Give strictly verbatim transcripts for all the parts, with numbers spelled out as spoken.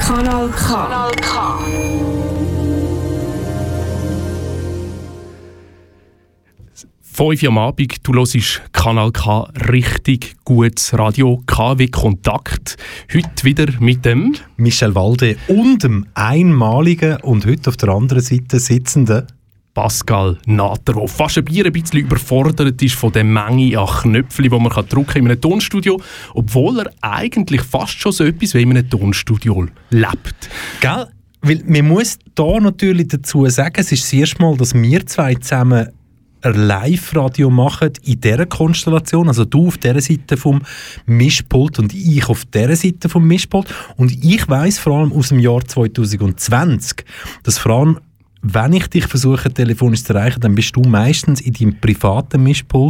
Kanal K. Kanal K. fünf Uhr am Abend, du hörst Kanal K, richtig gutes Radio, K wie Kontakt. Heute wieder mit dem Michel Walde und dem einmaligen und heute auf der anderen Seite sitzenden Pascal Natter, der fast ein bisschen überfordert ist von der Menge an Knöpfen, die man drücken kann in einem Tonstudio, obwohl er eigentlich fast schon so etwas wie in einem Tonstudio lebt. Gell? Weil man muss da natürlich dazu sagen, es ist das erste Mal, dass wir zwei zusammen ein Live-Radio machen in dieser Konstellation, also du auf dieser Seite vom Mischpult und ich auf dieser Seite vom Mischpult. Und ich weiss vor allem aus dem Jahr zwanzig zwanzig, dass vor allem, wenn ich dich versuche telefonisch zu erreichen, dann bist du meistens in deinem privaten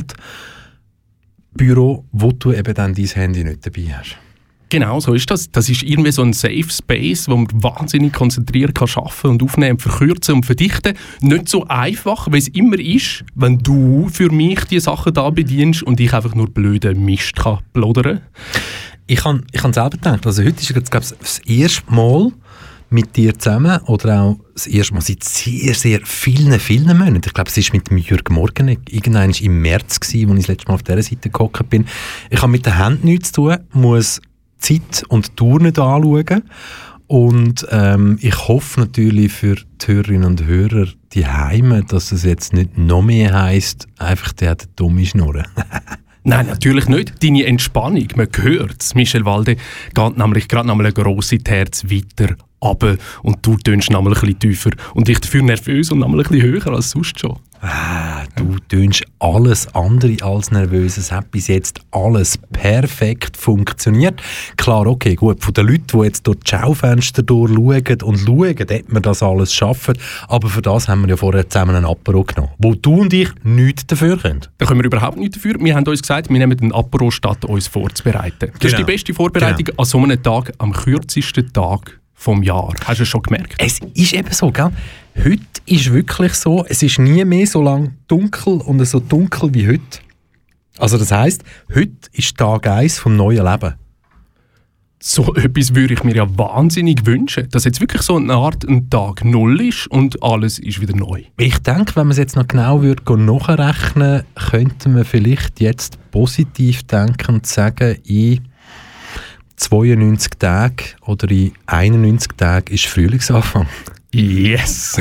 Mischpult-Büro, wo du eben dann dein Handy nicht dabei hast. Genau, so ist das. Das ist irgendwie so ein Safe Space, wo man wahnsinnig konzentriert kann arbeiten und aufnehmen, verkürzen und verdichten. Nicht so einfach, wie es immer ist, wenn du für mich die Sachen da bedienst und ich einfach nur blöden Mist kann plaudern. Ich habe ich han selber gedacht, also heute ist jetzt, glaube ich, das erste Mal mit dir zusammen oder auch das erste Mal seit sehr, sehr vielen, vielen Monaten. Ich glaube, es war mit dem Jürg Morgen irgendwann im März, gewesen, als ich das letzte Mal auf dieser Seite gehockt bin. Ich habe mit den Händen nichts zu tun, muss Zeit und Tour nicht anschauen. Und ähm, ich hoffe natürlich für die Hörerinnen und Hörer die Heime, dass es jetzt nicht noch mehr heisst, einfach der hat eine dumme Schnurren. Nein, natürlich nicht. Deine Entspannung, man hört es. Michel Walde geht nämlich gerade einmal eine grosse Terz weiter runter und du tönst noch ein bisschen tiefer. Und ich dafür nervös und noch ein bisschen höher als sonst schon. Ah, du tönst alles andere als nervös. Es hat bis jetzt alles perfekt funktioniert. Klar, okay, gut, von den Leuten, die jetzt durch die Schaufenster durchschauen und schauen, dass wir das alles schaffen. Aber für das haben wir ja vorher zusammen einen Apero genommen, wo du und ich nichts dafür können. Da können wir überhaupt nichts dafür. Wir haben uns gesagt, wir nehmen den Apero statt uns vorzubereiten. Das genau. ist die beste Vorbereitung genau. an so einem Tag, am kürzesten Tag vom Jahr. Hast du es schon gemerkt? Es ist eben so, gell? Heute ist wirklich so, es ist nie mehr so lang dunkel und so dunkel wie heute. Also das heisst, heute ist Tag eins vom neuen Leben. So etwas würde ich mir ja wahnsinnig wünschen, dass jetzt wirklich so eine Art ein Tag Null ist und alles ist wieder neu. Ich denke, wenn man es jetzt noch genau würde nachrechnen, könnte man vielleicht jetzt positiv denken und sagen, in zweiundneunzig Tagen oder in einundneunzig Tagen ist Frühlingsanfang. Yes!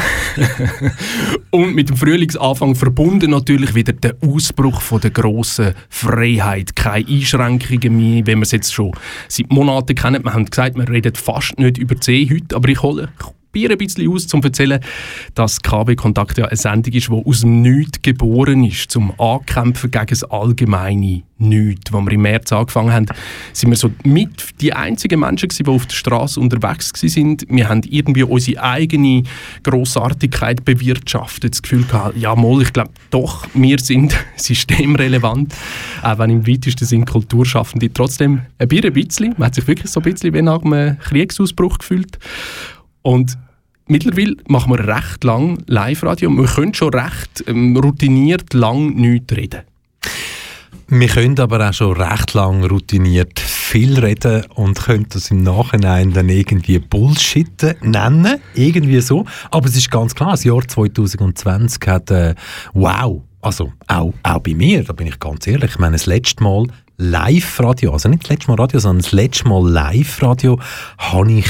Und mit dem Frühlingsanfang verbunden natürlich wieder der Ausbruch von der grossen Freiheit. Keine Einschränkungen mehr, wie wir es jetzt schon seit Monaten kennen. Wir haben gesagt, wir reden fast nicht über die See heute, aber ich hole ein bisschen aus, um zu erzählen, dass K W Kontakt ja eine Sendung ist, die aus dem Nichts geboren ist, zum Ankämpfen gegen das allgemeine Nichts. Als wir im März angefangen haben, sind wir so mit die einzigen Menschen gewesen, die auf der Straße unterwegs waren. Wir haben irgendwie unsere eigene Grossartigkeit bewirtschaftet. Das Gefühl gehabt, ja mal, ich glaube doch, wir sind systemrelevant, auch wenn im weitesten Sinn Kulturschaffende. Trotzdem ein bisschen, man hat sich wirklich so ein bisschen wie nach einem Kriegsausbruch gefühlt. Und mittlerweile machen wir recht lang Live-Radio. Wir können schon recht ähm, routiniert lang nichts reden. Wir können aber auch schon recht lang routiniert viel reden und können das im Nachhinein dann irgendwie Bullshit nennen. Irgendwie so. Aber es ist ganz klar, das Jahr zwanzig zwanzig hat äh, wow, also auch, auch bei mir, da bin ich ganz ehrlich, ich meine, das letzte Mal Live-Radio, also nicht das letzte Mal Radio, sondern das letzte Mal Live-Radio habe ich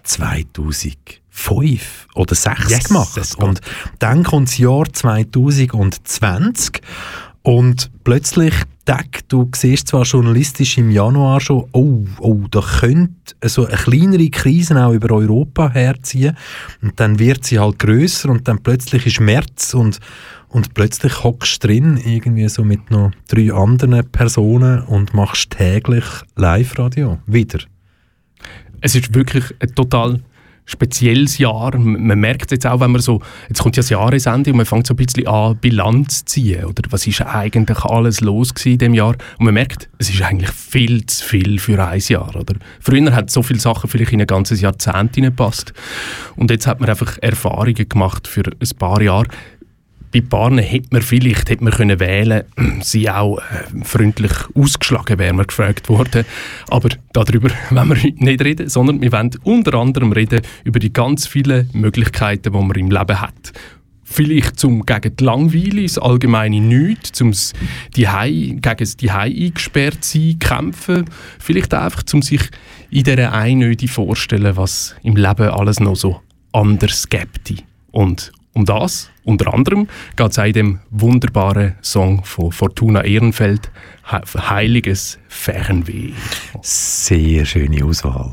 zweitausendfünf oder zweitausendsechs yes, gemacht. Und dann kommt das Jahr zwanzig zwanzig und plötzlich, Tag, du siehst zwar journalistisch im Januar schon, oh, oh, da könnte so eine kleinere Krise auch über Europa herziehen und dann wird sie halt grösser und dann plötzlich ist März und, und plötzlich hockst du drin, irgendwie so mit noch drei anderen Personen und machst täglich Live-Radio. Wieder. Es ist wirklich ein total spezielles Jahr. Man merkt jetzt auch, wenn man so, jetzt kommt ja das Jahresende und man fängt so ein bisschen an, Bilanz zu ziehen. Oder was ist eigentlich alles los gewesen in diesem Jahr? Und man merkt, es ist eigentlich viel zu viel für ein Jahr. Oder? Früher hat so viele Sachen vielleicht in ein ganzes Jahrzehnt hineingepasst. Und jetzt hat man einfach Erfahrungen gemacht für ein paar Jahre. bei Paaren hätte man vielleicht hätte man können wählen, sie auch äh, freundlich ausgeschlagen, wäre man gefragt worden. Aber darüber wollen wir heute nicht reden, sondern wir wollen unter anderem reden über die ganz vielen Möglichkeiten, die man im Leben hat. Vielleicht zum gegen die Langweile, das allgemeine Nichts, zum die gegen das Zuhause eingesperrt sein, kämpfen. Vielleicht einfach, um sich in dieser Einöde vorstellen, was im Leben alles noch so anders gibt. Und um das, unter anderem, geht es auch in dem wunderbaren Song von Fortuna Ehrenfeld, «Heiliges Fernweh». Sehr schöne Auswahl.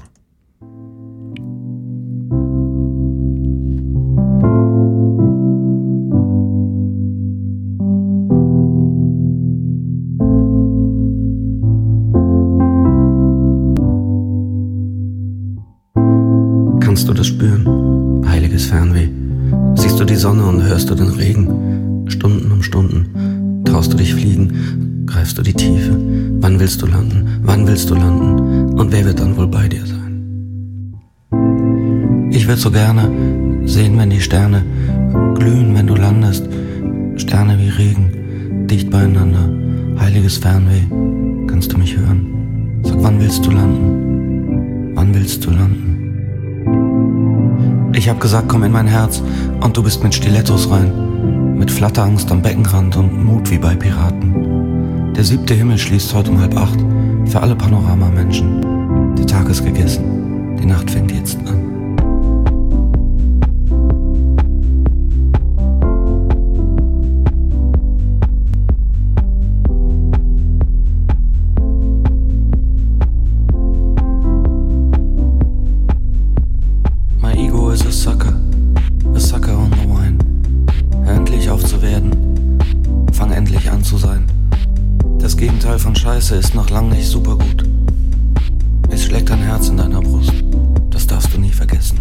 Kannst du das spüren? Heiliges Fernweh. Siehst du die Sonne und hörst du den Regen? Stunden um Stunden. Traust du dich fliegen? Greifst du die Tiefe? Wann willst du landen? Wann willst du landen? Und wer wird dann wohl bei dir sein? Ich würd so gerne sehen, wenn die Sterne glühen, wenn du landest. Sterne wie Regen, dicht beieinander. Heiliges Fernweh. Kannst du mich hören? Sag, wann willst du landen? Wann willst du landen? Ich hab gesagt, komm in mein Herz, und du bist mit Stilettos rein, mit Flatterangst am Beckenrand und Mut wie bei Piraten. Der siebte Himmel schließt heute um halb acht, für alle Panoramamenschen. Der Tag ist gegessen, die Nacht fängt jetzt an. Scheiße ist noch lang nicht super gut. Es schlägt ein Herz in deiner Brust. Das darfst du nie vergessen.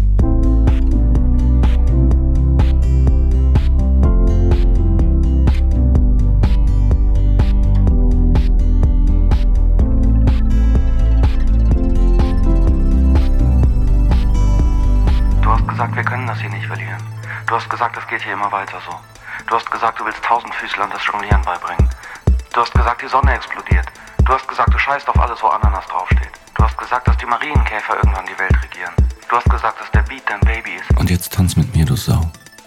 Du hast gesagt, wir können das hier nicht verlieren. Du hast gesagt, es geht hier immer weiter so. Du hast gesagt, du willst Tausendfüßlern das Jonglieren beibringen. Du hast gesagt, die Sonne explodiert. Du hast gesagt, du scheißt auf alles, wo Ananas draufsteht. Du hast gesagt, dass die Marienkäfer irgendwann die Welt regieren. Du hast gesagt, dass der Beat dein Baby ist. Und jetzt tanz mit mir, du Sau.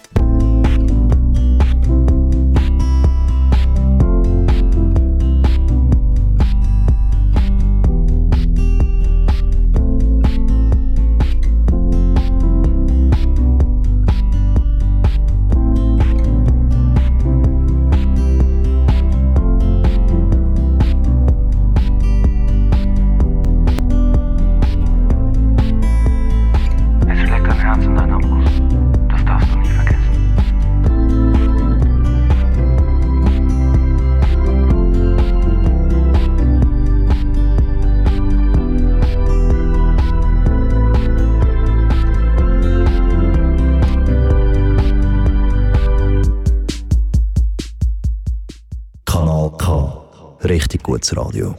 Richtig gutes Radio.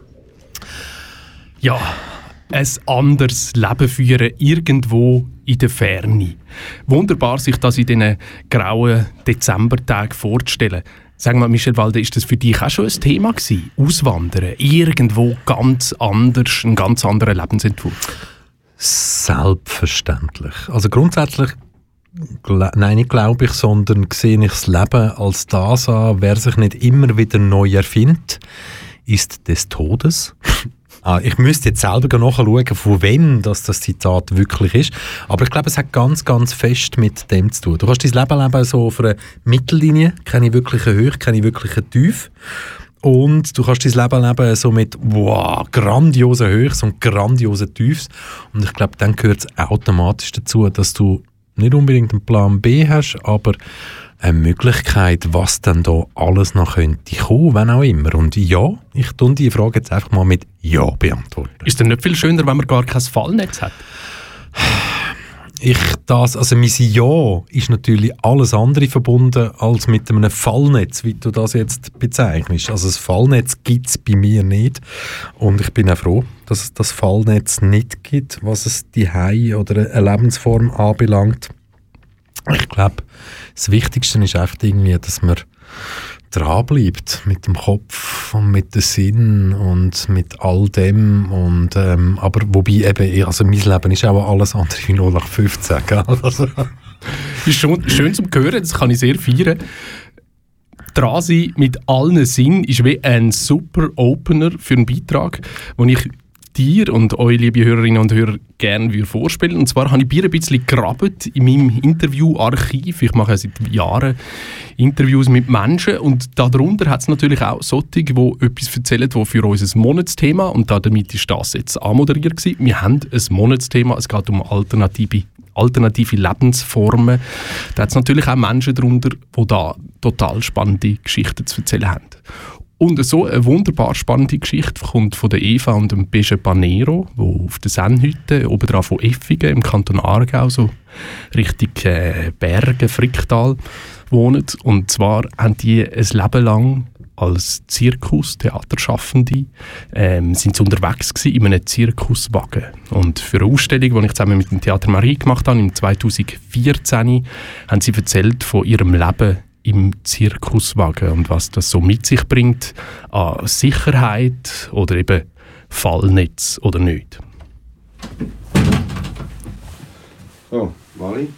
Ja, ein anderes Leben führen, irgendwo in der Ferne. Wunderbar, sich das in diesen grauen Dezembertagen vorzustellen. Sag mal, Michel Walde, ist das für dich auch schon ein Thema gewesen? Auswandern, irgendwo ganz anders, einen ganz anderen Lebensentwurf? Selbstverständlich. Also grundsätzlich, nein, nicht glaube ich, sondern sehe ich das Leben als das an, wer sich nicht immer wieder neu erfindet, ist des Todes. ah, ich müsste jetzt selber nachschauen, von wem das, das Zitat wirklich ist. Aber ich glaube, es hat ganz, ganz fest mit dem zu tun. Du kannst dein Leben leben so auf einer Mittellinie, keine wirkliche Höhe, keine wirkliche Tiefe. Und du kannst dein Leben leben so mit wow, grandiosen Höchst und grandiosen Tiefs. Und ich glaube, dann gehört es automatisch dazu, dass du nicht unbedingt einen Plan B hast, aber eine Möglichkeit, was dann da alles noch könnte kommen, wenn auch immer. Und ja, ich tue die Frage jetzt einfach mal mit Ja beantworten. Ist es nicht viel schöner, wenn man gar kein Fallnetz hat? Ich das, also mein Ja ist natürlich alles andere verbunden als mit einem Fallnetz, wie du das jetzt bezeichnest. Also das Fallnetz gibt es bei mir nicht und ich bin auch froh, dass es das Fallnetz nicht gibt, was es die Hei oder eine Lebensform anbelangt. Ich glaube, das Wichtigste ist einfach irgendwie, dass man dranbleibt mit dem Kopf und mit dem Sinn und mit all dem. Und, ähm, aber wobei eben, also mein Leben ist auch alles andere wie null acht fünfzehn. Gell? Also. Das ist schon schön zum Hören, das kann ich sehr feiern. Dran sein mit allen Sinnen ist wie ein super Opener für einen Beitrag, den ich dir und euch, liebe Hörerinnen und Hörer, gerne vorspielen würde. Und zwar habe ich Bier ein bisschen gegraben in meinem Interviewarchiv. Ich mache seit Jahren Interviews mit Menschen und darunter hat es natürlich auch solche, die etwas erzählen, die für uns ein Monatsthema, und damit ist das jetzt anmoderiert gewesen. Wir haben ein Monatsthema, es geht um alternative alternative Lebensformen. Da hat es natürlich auch Menschen darunter, die da total spannende Geschichten zu erzählen haben. Und so eine wunderbar spannende Geschichte kommt von der Eva und dem Beige Panero, die auf der Sennhütte, obendrauf von Effigen im Kanton Aargau, so Richtung äh, Berge, Fricktal, wohnen. Und zwar haben die ein Leben lang als Zirkus-Theaterschaffende ähm, sind sie unterwegs gewesen in einem Zirkuswagen. Und für eine Ausstellung, die ich zusammen mit dem Theater Marie gemacht habe, im zweitausendvierzehn, haben sie erzählt von ihrem Leben im Zirkuswagen und was das so mit sich bringt an Sicherheit oder eben Fallnetz oder nicht. So, Wally.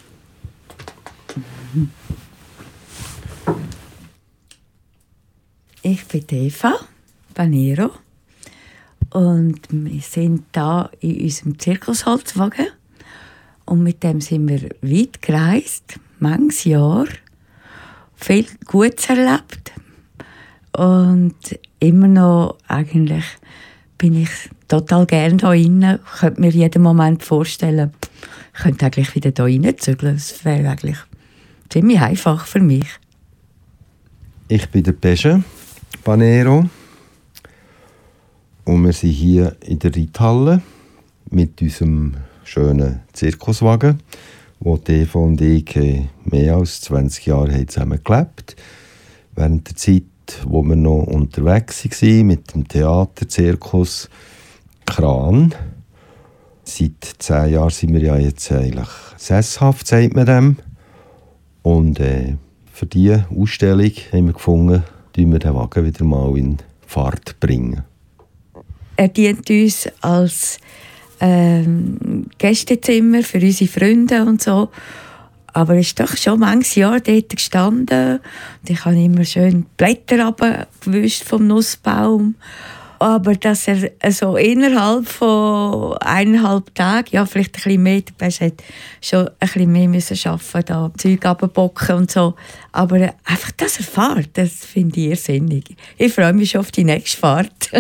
Ich bin Eva Panero und wir sind da in unserem Zirkusholzwagen und mit dem sind wir weit gereist, manches Jahr, viel Gutes erlebt und immer noch eigentlich bin ich total gerne hier rein. Ich könnte mir jeden Moment vorstellen, ich könnte eigentlich wieder hier reinzügeln. Das wäre eigentlich ziemlich einfach für mich. Ich bin der Beige Panero und wir sind hier in der Reithalle mit unserem schönen Zirkuswagen, wo Eva und ich mehr als zwanzig Jahre zusammen gelebt haben. Während der Zeit, wo wir noch unterwegs waren mit dem Theater, Zirkus, Kran. Seit zehn Jahren sind wir ja jetzt eigentlich sesshaft, sagt man dem. Und äh, für diese Ausstellung haben wir gefunden, dass wir den Wagen wieder mal in Fahrt bringen. Er dient uns als ähm, Gästezimmer für unsere Freunde und so. Aber er ist doch schon manches Jahr dort gestanden. Und ich habe immer schön Blätter abgewischt vom Nussbaum. Aber dass er so innerhalb von eineinhalb Tagen, ja vielleicht ein bisschen mehr, der hat schon ein bisschen mehr müssen arbeiten, da Zeug abbocken und so. Aber einfach, dass er fährt, das finde ich irrsinnig. Ich freue mich schon auf die nächste Fahrt.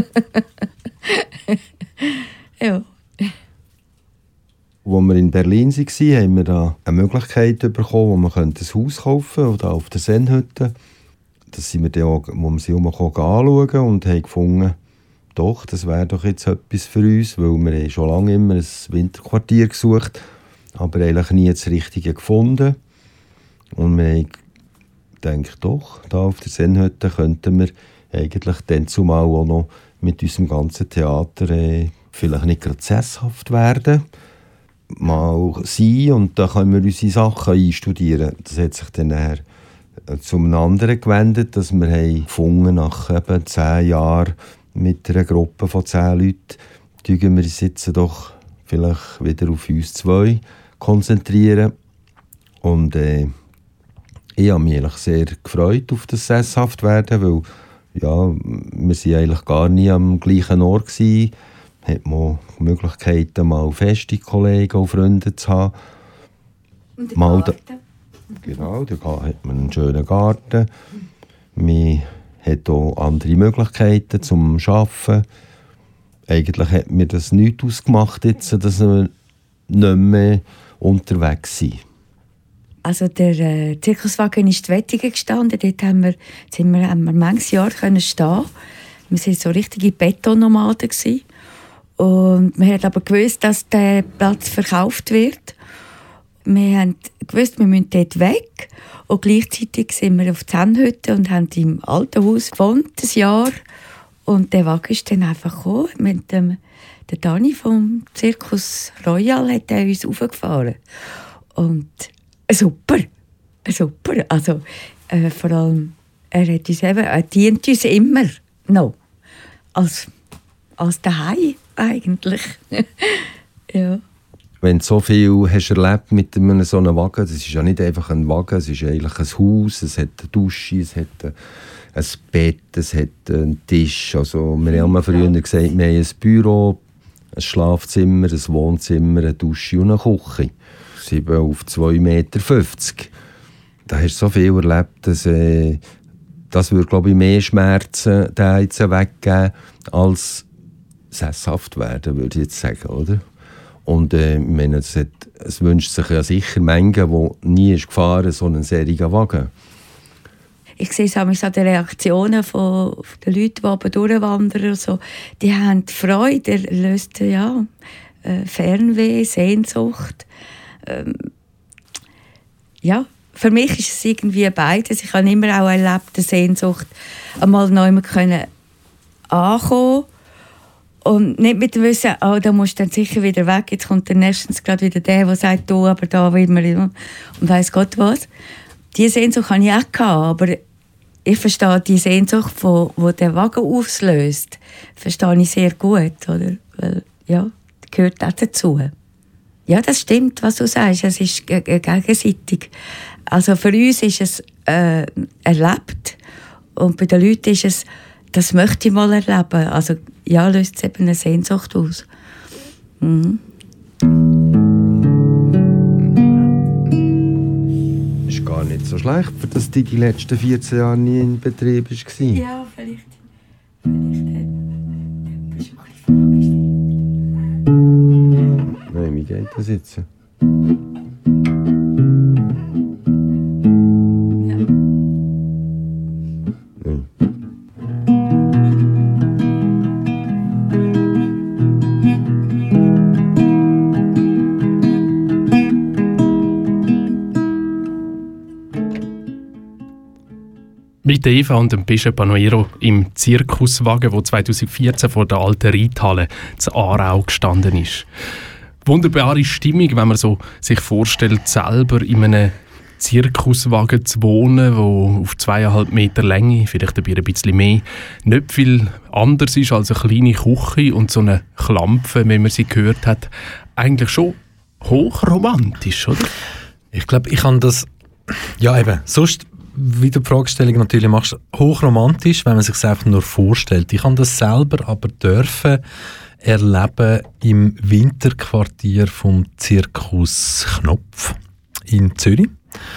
Ja. Als wir in Berlin waren, haben wir da eine Möglichkeit bekommen, wo man ein Haus kaufen oder auf der Sennhütte. Das sind wir dann auch, wo wir sie anschauen und haben gefunden, doch, das wäre doch jetzt etwas für uns, weil wir haben schon lange immer ein Winterquartier gesucht, aber eigentlich nie das Richtige gefunden. Und wir haben gedacht, doch, da auf der Sennhütte könnten wir eigentlich dann zumal auch noch mit unserem ganzen Theater äh, vielleicht nicht gerade sesshaft werden, mal sein und da können wir unsere Sachen einstudieren. Das hat sich dann nachher zum anderen gewendet, dass wir haben gefunden, nach eben zehn Jahren mit einer Gruppe von zehn Leuten, tun wir uns jetzt doch vielleicht wieder auf uns zwei konzentrieren. Und äh, ich habe mich eigentlich sehr gefreut auf das sesshaft werden, weil ja, wir waren eigentlich gar nie am gleichen Ort gewesen. Hat man Möglichkeiten, mal feste Kollegen und Freunde zu haben. Und mal da, genau, da hat man einen schönen Garten. Man hat auch andere Möglichkeiten zum Arbeiten. Eigentlich hat mir das nichts ausgemacht, jetzt, dass wir nicht mehr unterwegs sind. Also der äh, Zirkuswagen ist in Wettigen gestanden. Dort haben wir, sind wir, haben wir manches Jahr können stehen. Wir waren so richtige Betonnomaden gewesen. Und wir haben aber gewusst, dass der Platz verkauft wird. Wir haben gewusst, wir müssen dort weg. Und gleichzeitig sind wir auf die Sennhütte und haben im alten Haus gewohnt, ein Jahr. Und der Wagen ist dann einfach gekommen. Mit dem, der Dani vom Zirkus Royal hat er uns raufgefahren. Und super, super. Also, äh, vor allem, er, hat uns eben, er dient uns immer noch. Als, als daheim eigentlich. Ja. Wenn du so viel hast erlebt mit einem so einem Wagen, das ist ja nicht einfach ein Wagen, es ist eigentlich ein Haus, es hat eine Dusche, es hat ein Bett, es hat einen Tisch. Also, wir haben früher gesagt, wir haben ein Büro, ein Schlafzimmer, ein Wohnzimmer, eine Dusche und eine Küche. sieben auf zwei Meter fünfzig. Da hast du so viel erlebt, dass äh, das würde, glaube ich, mehr Schmerzen den jetzt weggeben, als sesshaft werden, würde ich jetzt sagen, oder? Und äh, ich meine, es, hat, es wünscht sich ja sicher Menschen, die nie ist gefahren, so einen serigen Wagen. Ich sehe es an den Reaktionen von den Leuten, die oben durchwandern. So. Die haben Freude, er löst ja, äh, Fernweh, Sehnsucht. Ähm, ja, für mich ist es irgendwie beides. Ich habe immer auch erlebt, die Sehnsucht, einmal noch immer können ankommen und nicht mit dem Wissen, oh, da musst du dann sicher wieder weg. Jetzt kommt dann nächstens gerade wieder der, der sagt, du, aber da will man und weiss Gott was. Diese Sehnsucht hatte ich auch gehabt, aber ich verstehe die Sehnsucht, die der Wagen auslöst, verstehe ich sehr gut, oder? Weil, ja, das gehört auch dazu. Ja, das stimmt, was du sagst. Es ist g- g- gegenseitig. Also für uns ist es äh, erlebt und bei den Leuten ist es, das möchte ich mal erleben. Also ja, löst es eben eine Sehnsucht aus. Mhm. Ist gar nicht so schlecht, für dass die die letzten vierzehn Jahre nie in Betrieb war. Ja, vielleicht. vielleicht Nein, wie geht das jetzt? ja. Nein. Mit Eva und dem Pesce Panoero im Zirkuswagen, der zweitausendvierzehn vor der alten Reithalle zu Aarau gestanden ist. Wunderbare Stimmung, wenn man so sich vorstellt, selber in einem Zirkuswagen zu wohnen, der auf zweieinhalb Meter Länge, vielleicht ein bisschen mehr, nicht viel anders ist als eine kleine Küche und so eine Klampfe, wenn man sie gehört hat. Eigentlich schon hochromantisch, oder? Ich glaube, ich kann das, ja eben, sonst, wie du die Fragestellung natürlich machst, hochromantisch, wenn man sich es einfach nur vorstellt. Ich habe das selber aber dürfen erleben im Winterquartier vom Zirkus Knopf in Zürich.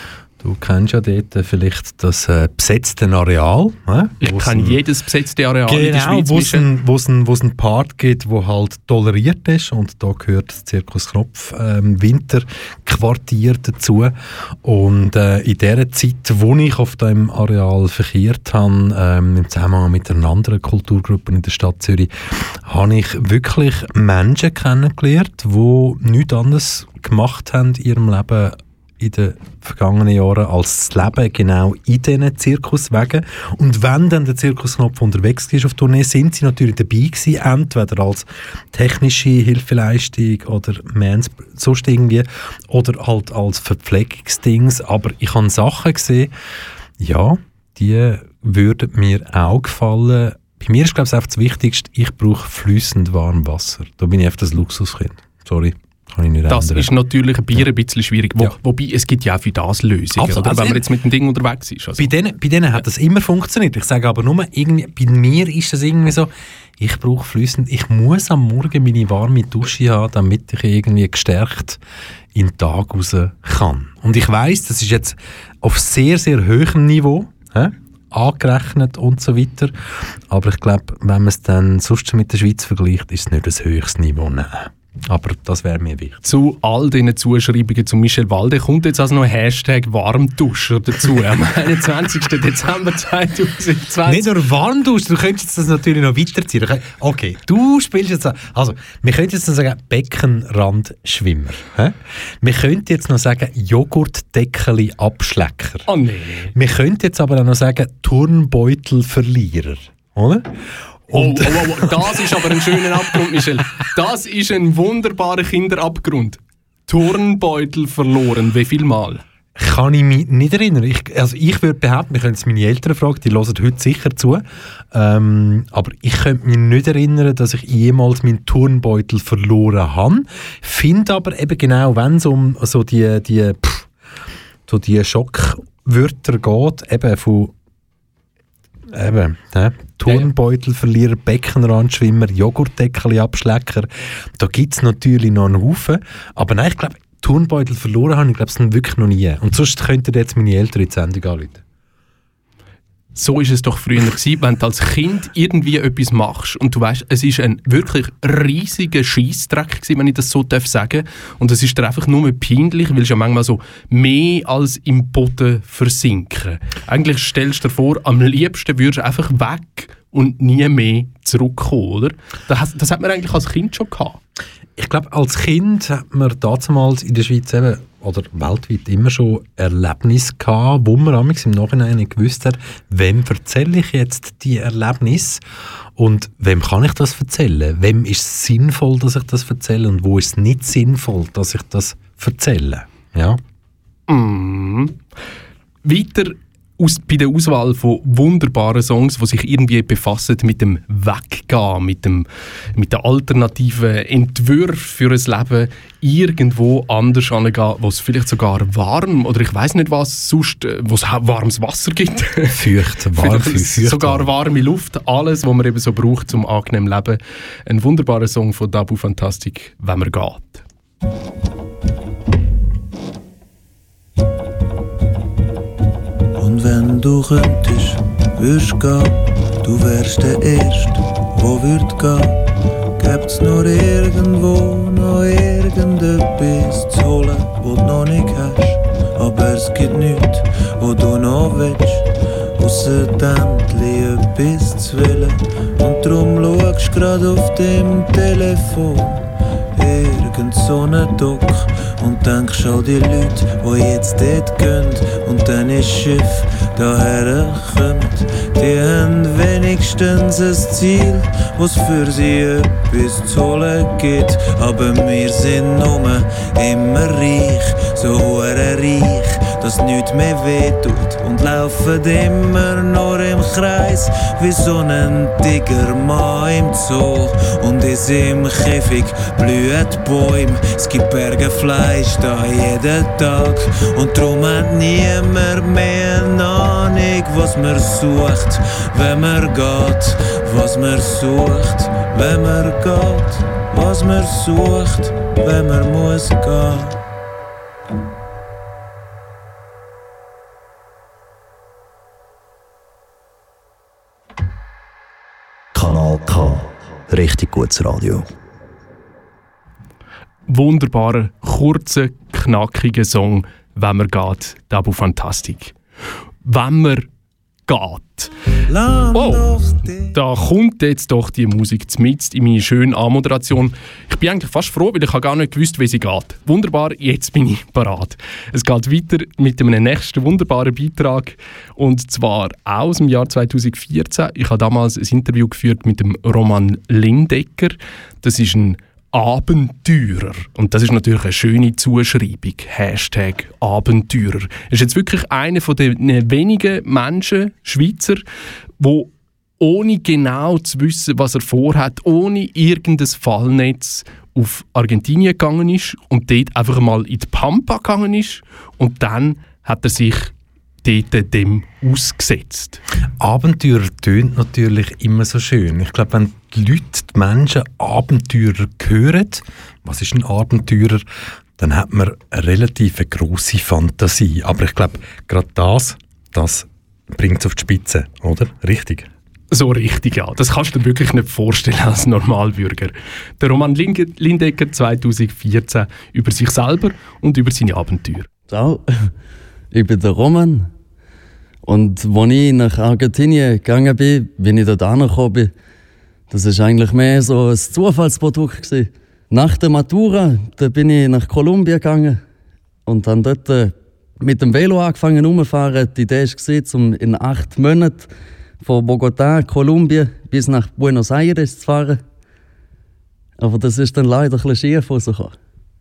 Du kennst ja dort vielleicht das äh, besetzte Areal. Äh, Ich kenne jedes besetzte Areal genau, in der Schweiz. Wo es ein, wo's ein, wo's ein Part gibt, wo halt toleriert ist, und da gehört das Zirkus Knopf ähm, Winterquartier dazu. Und äh, in der Zeit, wo ich auf dem Areal verkehrt habe, ähm, im Zusammenhang mit einer anderen Kulturgruppe in der Stadt Zürich, habe ich wirklich Menschen kennengelernt, die nichts anderes gemacht haben in ihrem Leben in den vergangenen Jahren als das Leben genau in diesen Zirkuswegen. Und wenn dann der Zirkusknopf unterwegs war auf Tournee, sind sie natürlich dabei gewesen, entweder als technische Hilfeleistung oder Mans, sonst irgendwie, oder halt als Verpflegungsdings. Aber ich habe Sachen gesehen, ja, die würden mir auch gefallen. Bei mir ist, glaube ich, einfach das Wichtigste, ich brauche fließend warmes Wasser. Da bin ich einfach das Luxuskind. Sorry. Kann ich nicht das ändern. ist natürlich ein Bier Ja. ein bisschen schwierig. Wo, Ja. Wobei, es gibt ja auch für das Lösungen, Absolut. oder? Also Wenn man eben- jetzt mit dem Ding unterwegs ist. Also. Bei denen, bei denen hat das immer funktioniert. Ich sage aber nur, irgendwie, bei mir ist das irgendwie so, ich brauche fließend, ich muss am Morgen meine warme Dusche haben, damit ich irgendwie gestärkt in den Tag raus kann. Und ich weiss, das ist jetzt auf sehr, sehr hohem Niveau, hä? angerechnet und so weiter. Aber ich glaube, wenn man es dann sonst mit der Schweiz vergleicht, ist es nicht das höchste Niveau. Nein. Aber das wäre mir wichtig. Zu all diesen Zuschreibungen zu Michel Walde kommt jetzt also noch ein Hashtag Warmduscher dazu. Am einundzwanzigsten Dezember zweitausendzwanzig. Nicht nur warm duschen, du könntest das natürlich noch weiterziehen. Okay, du spielst jetzt... Also, wir könnten jetzt noch sagen, Beckenrandschwimmer. Hä? Wir könnten jetzt noch sagen, Joghurtdeckeli-Abschlecker. Oh nee. Wir könnten jetzt aber auch noch sagen, Turnbeutelverlierer. Oder? Oh, Und oh, oh, oh, das ist aber ein schöner Abgrund, Michel. Das ist ein wunderbarer Kinderabgrund. Turnbeutel verloren. Wie viel Mal? Kann ich mich nicht erinnern. Ich, also ich würde behaupten, wir können es meine Eltern fragen, die hören heute sicher zu. Ähm, aber ich könnte mich nicht erinnern, dass ich jemals meinen Turnbeutel verloren habe. Finde aber eben genau, wenn es um so die, die, pff, so die Schockwörter geht, eben von eben, ne? Turnbeutelverlierer, Beckenrandschwimmer, Joghurtdeckel-Abschlecker, da gibt es natürlich noch einen Haufen. Aber nein, ich glaube, Turnbeutel verloren habe ich, glaube es wirklich noch nie. Und sonst könnten jetzt meine Eltern in die Sendung anrufen. So ist es doch früher gewesen, wenn du als Kind irgendwie etwas machst und du weißt, es ist ein wirklich riesiger Scheissdreck gewesen, wenn ich das so darf sagen. Und es ist dir einfach nur peinlich, weil es ja manchmal so mehr als im Boden versinken. Eigentlich stellst du dir vor, am liebsten würdest du einfach weg und nie mehr zurückkommen, oder? Das, das hat man eigentlich als Kind schon gehabt. Ich glaube, als Kind hat man damals in der Schweiz eben, oder weltweit immer schon Erlebnisse gehabt, wo man im Nachhinein nicht gewusst hat, wem erzähle ich jetzt die Erlebnisse und wem kann ich das erzählen? Wem ist es sinnvoll, dass ich das erzähle und wo ist es nicht sinnvoll, dass ich das erzähle? Ja. Mm. Weiter aus, bei der Auswahl von wunderbaren Songs, die sich irgendwie befassen mit dem Weggehen, mit, dem, mit den alternativen Entwürfen für ein Leben, irgendwo anders hingehen, wo es vielleicht sogar warm oder ich weiss nicht was, sonst, wo es warmes Wasser gibt. Feucht, warm, feucht. Sogar warme Luft, alles, was man eben so braucht zum angenehmen Leben. Ein wunderbarer Song von Dabu Fantastic, «Wenn man geht». Und wenn du könntest, würdest gehen, du wärst der Erste, wo würd gehen. Gäb's nur irgendwo noch irgendetwas zu holen, wo du noch nicht hast. Aber es gibt nichts, wo du noch willst, ausser endlich etwas zu wollen. Und drum schaust grad auf dem Telefon irgend so einen Dock und denkst an die Leute, die jetzt dort gehen und dann ist Schiff daher kommt. Die haben wenigstens ein Ziel, was für sie etwas zu holen gibt. Aber wir sind nur immer reich, so hure reich, dass nichts mehr wehtut und laufen immer nur im Kreis wie so ein Tigermann im Zoo. Und in seinem Käfig blühen Bäume, es gibt Berge Fleisch da jeden Tag. Und drum hat niemand mehr eine Ahnung, was man sucht, wenn man geht. Was man sucht, wenn man geht. Was man sucht, wenn man muss gehen. Kanal K. Richtig gutes Radio. Wunderbarer, kurzer, knackiger Song, «Wenn man geht», Dabu Fantastic. «Wenn man geht». Oh, da kommt jetzt doch die Musik zmitzt in meine schöne Anmoderation. Ich bin eigentlich fast froh, weil ich gar nicht gewusst, wie sie geht. Wunderbar, jetzt bin ich parat. Es geht weiter mit einem nächsten wunderbaren Beitrag, und zwar aus dem Jahr zweitausendvierzehn. Ich habe damals ein Interview geführt mit dem Roman Lindecker. Das ist ein Abenteurer. Und das ist natürlich eine schöne Zuschreibung. Hashtag Abenteurer. Er ist jetzt wirklich einer von den wenigen Menschen, Schweizer, die ohne genau zu wissen, was er vorhat, ohne irgendein Fallnetz auf Argentinien gegangen ist und dort einfach mal in die Pampa gegangen ist und dann hat er sich dort dem ausgesetzt. Abenteurer tönt natürlich immer so schön. Ich glaube, wenn die Leute, die Menschen Abenteurer hören, was ist ein Abenteurer, dann hat man eine relativ grosse Fantasie. Aber ich glaube, gerade das, das bringt es auf die Spitze, oder? Richtig? So richtig, ja. Das kannst du dir wirklich nicht vorstellen als Normalbürger. Der Roman Lindecker zweitausendvierzehn über sich selber und über seine Abenteuer. Ciao, ich bin der Roman. Und als ich nach Argentinien gegangen bin, wie ich dort angekommen bin, das war eigentlich mehr so ein Zufallsprodukt gewesen. Nach der Matura, da bin ich nach Kolumbien gegangen und dann dort mit dem Velo angefangen rumzufahren. Die Idee war, um in acht Monaten von Bogotá, Kolumbien, bis nach Buenos Aires zu fahren. Aber das ist dann leider ein bisschen schief rausgekommen.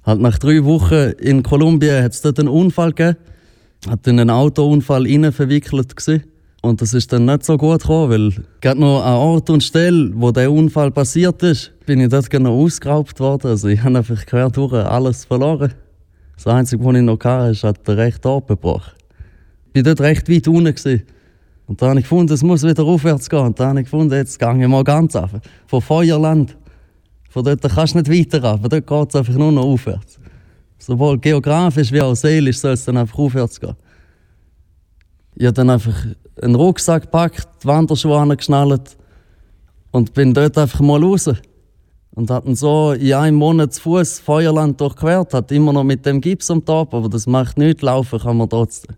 Halt nach drei Wochen in Kolumbien hat es dort einen Unfall gegeben. Hat in einen Autounfall innen verwickelt gewesen. Und das ist dann nicht so gut gekommen, weil gerade noch an Ort und Stelle, wo der Unfall passiert ist, bin ich dort noch ausgeraubt worden. Also ich habe einfach quer durch alles verloren. Das Einzige, was ich noch hatte, ist halt der rechte Arm gebrochen. Ich war dort recht weit unten gewesen. Und dann habe ich gefunden, es muss wieder aufwärts gehen. Und dann habe ich gefunden, jetzt gehe ich mal ganz auf. Von Feuerland. Von dort kannst du nicht weiter rauf. Dort geht es einfach nur noch aufwärts. Sowohl geografisch wie auch seelisch soll es dann einfach aufwärts gehen. Ich habe dann einfach einen Rucksack gepackt, die Wanderschuhe angeschnallt und bin dort einfach mal raus. Und hat dann so in einem Monat zu Fuß Feuerland durchquert, hat immer noch mit dem Gips am Top, aber das macht nichts, laufen kann man trotzdem.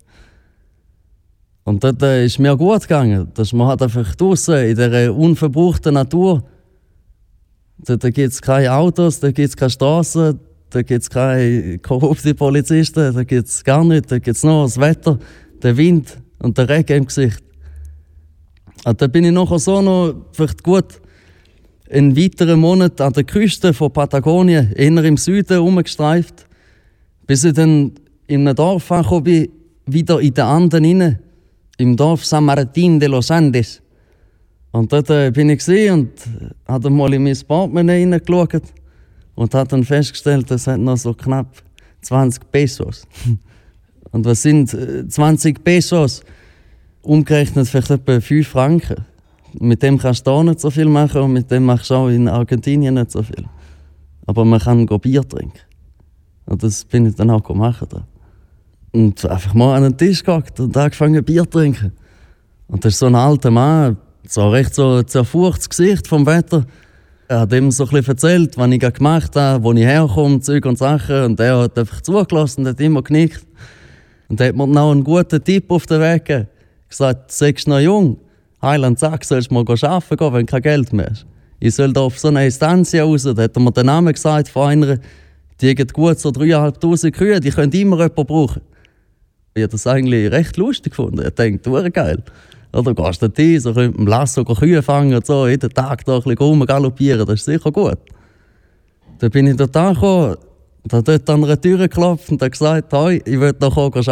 Und dort äh, ist mir gut gegangen. Da ist man halt einfach draussen in dieser unverbrauchten Natur. Dort gibt es keine Autos, da gibt es keine Straßen, da gibt es keine korrupte Polizisten, da gibt es gar nichts, da gibt es nur das Wetter, der Wind und der Regen im Gesicht. Und da bin ich nachher so noch vielleicht gut einen weiteren Monat an der Küste von Patagonien, eher im Süden, rumgestreift, bis ich dann in einem Dorf angekommen bin, wieder in den Anden rein, im Dorf San Martín de los Andes. Und dort äh, bin ich gesehen und habe mal in mein Portemonnaie hineingeschaut und habe dann festgestellt, es hat noch so knapp zwanzig Pesos. Und was sind äh, zwanzig Pesos? Umgerechnet vielleicht etwa fünf Franken. Mit dem kannst du auch nicht so viel machen und mit dem machst du auch in Argentinien nicht so viel. Aber man kann Bier trinken. Und das bin ich dann auch machen. Da. Und einfach mal an den Tisch gehockt und angefangen Bier zu trinken. Und das ist so ein alter Mann, so recht so zerfurchtes Gesicht vom Wetter. Er hat ihm so ein bisschen erzählt, was ich gemacht habe, wo ich herkomme, Zeug und Sachen. Und er hat einfach zugelassen und hat immer genickt. Und er hat mir noch einen guten Tipp auf den Weg gegeben. Er hat gesagt, du bist noch jung. Heiland sagt, sollst du mal arbeiten gehen, wenn du kein Geld mehr hast. Ich soll da auf so eine Instanz raus. Da hat er mir den Namen gesagt von einer, die hat gut so dreitausendfünfhundert Kühe, die können immer jemanden brauchen. Ich habe das eigentlich recht lustig gefunden. Ich dachte, du bist geil. Oder gehst du hin, so mit dem Lasso Kühe fangen und so, jeden Tag da ein bisschen rumgaloppieren, das ist sicher gut. Dann bin ich dort angekommen, und habe dort an einer Tür geklopft und habe gesagt, hey, ich will noch arbeiten.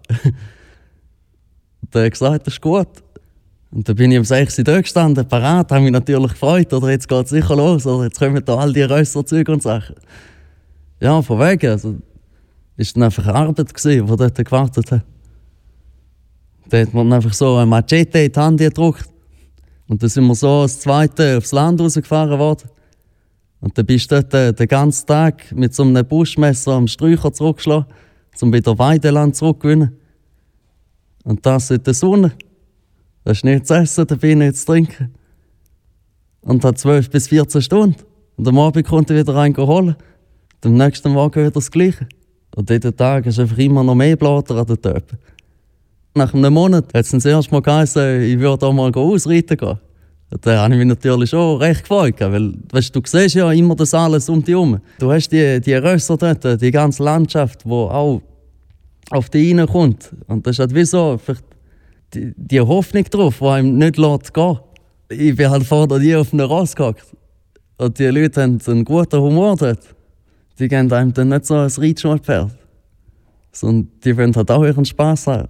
Und er hat gesagt, das ist gut. Und dann bin ich um sechs Uhr da gestanden, parat, habe mich natürlich gefreut, oder jetzt geht es sicher los, oder jetzt kommen da all die Rösserzüge und Sachen. Ja, von wegen, also, ist dann einfach Arbeit gewesen, die dort gewartet hat. Da hat man einfach so ein Machete in die Hand gedrückt. Und dann sind wir so als Zweite aufs Land rausgefahren worden. Und dann bist du dort den ganzen Tag mit so einem Buschmesser am Sträucher zurückgeschlagen, um wieder Weideland zurückzugewinnen. Und das in der Sonne. Da ist nichts zu essen, da bin nichts zu trinken. Und hat zwölf bis vierzehn Stunden. Und am Abend kommt er wieder einen holen. Und am nächsten Morgen wieder das Gleiche. Und jeden Tag ist einfach immer noch mehr Blatter an den Töpfen. Nach einem Monat hat es das erste Mal geheißen, ich würde auch mal ausreiten gehen. Und da habe ich mich natürlich schon recht gefreut, weil weißt, du siehst ja immer das alles um dich herum. Du hast die, die Rösser dort, die ganze Landschaft, die auch auf dich reinkommt. Und das ist halt wie so die, die Hoffnung drauf, die einem nicht lässt gehen. Ich bin halt vorher nie auf einem Ross gehockt. Und die Leute haben einen guten Humor dort. Die geben einem dann nicht so ein Reitschulpferd. Sondern die wollen halt auch ihren Spass haben.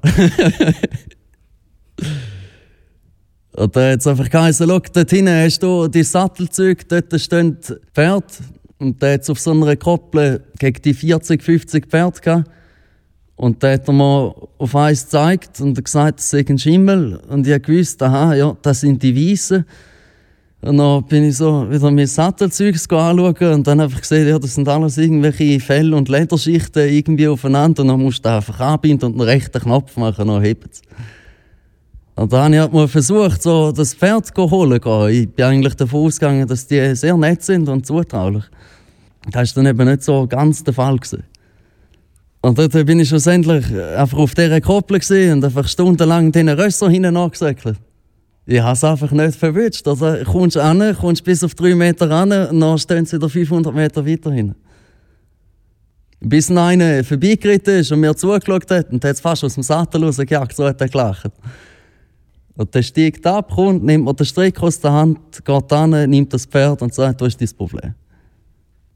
Und da hat es einfach geheißen, schau, dort hinten hast du die Sattelzüge, dort stehen Pferde. Und da hat es auf so einer Koppel gegen die vierzig, fünfzig Pferde gehabt. Und da hat er mir auf eins gezeigt und gesagt, das sei ein Schimmel. Und ich wusste, aha, ja, das sind die Weißen. Und dann bin ich so wieder mein Sattelzeug anschauen und dann einfach gesehen, ja, das sind alles irgendwelche Fell- und Lederschichten irgendwie aufeinander. Und dann musst du einfach anbinden und einen rechten Knopf machen, dann hebt es. Und dann habe ich mal versucht, so das Pferd zu holen. Ich bin eigentlich davon ausgegangen, dass die sehr nett sind und zutraulich. Das war dann eben nicht so ganz der Fall gewesen. Und dort bin ich schlussendlich einfach auf dieser Koppel und einfach stundenlang diesen Rösser hinten angesäckelt. Ich habe es einfach nicht verwünscht. Also kommst du hin, kommst bis auf drei Meter ran und dann stehen sie wieder fünfhundert Meter weiter hin. Bis dann einer vorbeigeritten ist und mir zugeschaut hat und hat es fast aus dem Sattel rausgejagt, so hat er gelacht. Und der steigt ab, kommt, nimmt mir den Strick aus der Hand, geht hin, nimmt das Pferd und sagt, was ist dein Problem?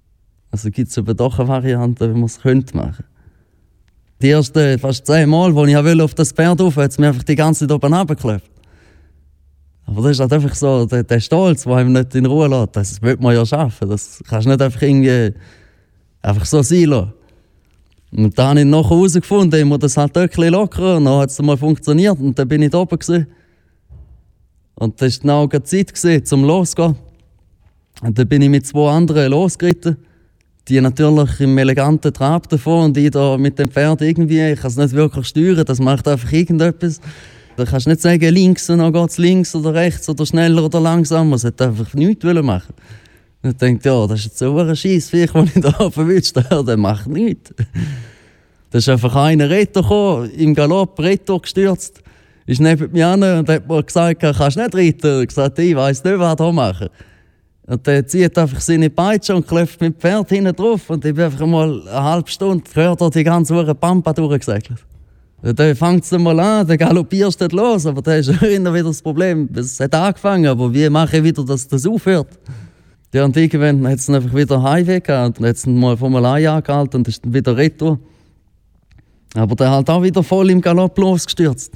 Also gibt es aber doch eine Variante, wie man es könnte machen. Die ersten fast zehn Mal, als ich auf das Pferd rauf wollte, hat es mir einfach die ganze Zeit oben runtergeklopft. Aber das ist halt einfach so, der, der Stolz, der einem nicht in Ruhe lässt. Das will man ja schaffen. Das kannst du nicht einfach irgendwie einfach so sein lassen. Und dann habe ich nachher herausgefunden, ich muss das halt ein bisschen lockerer. Und dann hat es mal funktioniert und dann bin ich da oben gewesen. Und das war genau die Zeit gewesen, zum Losgehen. Und dann bin ich mit zwei anderen losgeritten. Die natürlich im eleganten Trab davon und ich da mit dem Pferd irgendwie, ich kann es nicht wirklich steuern, das macht einfach irgendetwas. Du kannst nicht sagen, links und dann geht es links oder rechts oder schneller oder langsamer. Es hat einfach nichts machen. Und ich denke, ja, das ist jetzt so ein Scheissviech, den ich da verwünscht habe, der macht nichts. Da ist einfach einer Retter gekommen, im Galopp, Retter gestürzt, ist neben mir an und hat mir gesagt, kannst du nicht reiten? Ich habe gesagt, ich weiss nicht, was ich hier mache. Und der zieht einfach seine Peitsche und klopft mit dem Pferd hinten drauf. Und ich bin einfach mal eine halbe Stunde gehört, hat die ganze Uhr Pampa durchgesegelt. Und dann fängt es mal an, dann galoppierst du los. Aber dann ist immer wieder das Problem. Es hat angefangen, aber wie mache ich wieder, dass das aufhört? Ja, und irgendwann hat es einfach wieder Heimweg gehabt. Und dann hat es mal von mal angehalten und ist dann wieder retour. Aber der halt auch wieder voll im Galopp losgestürzt.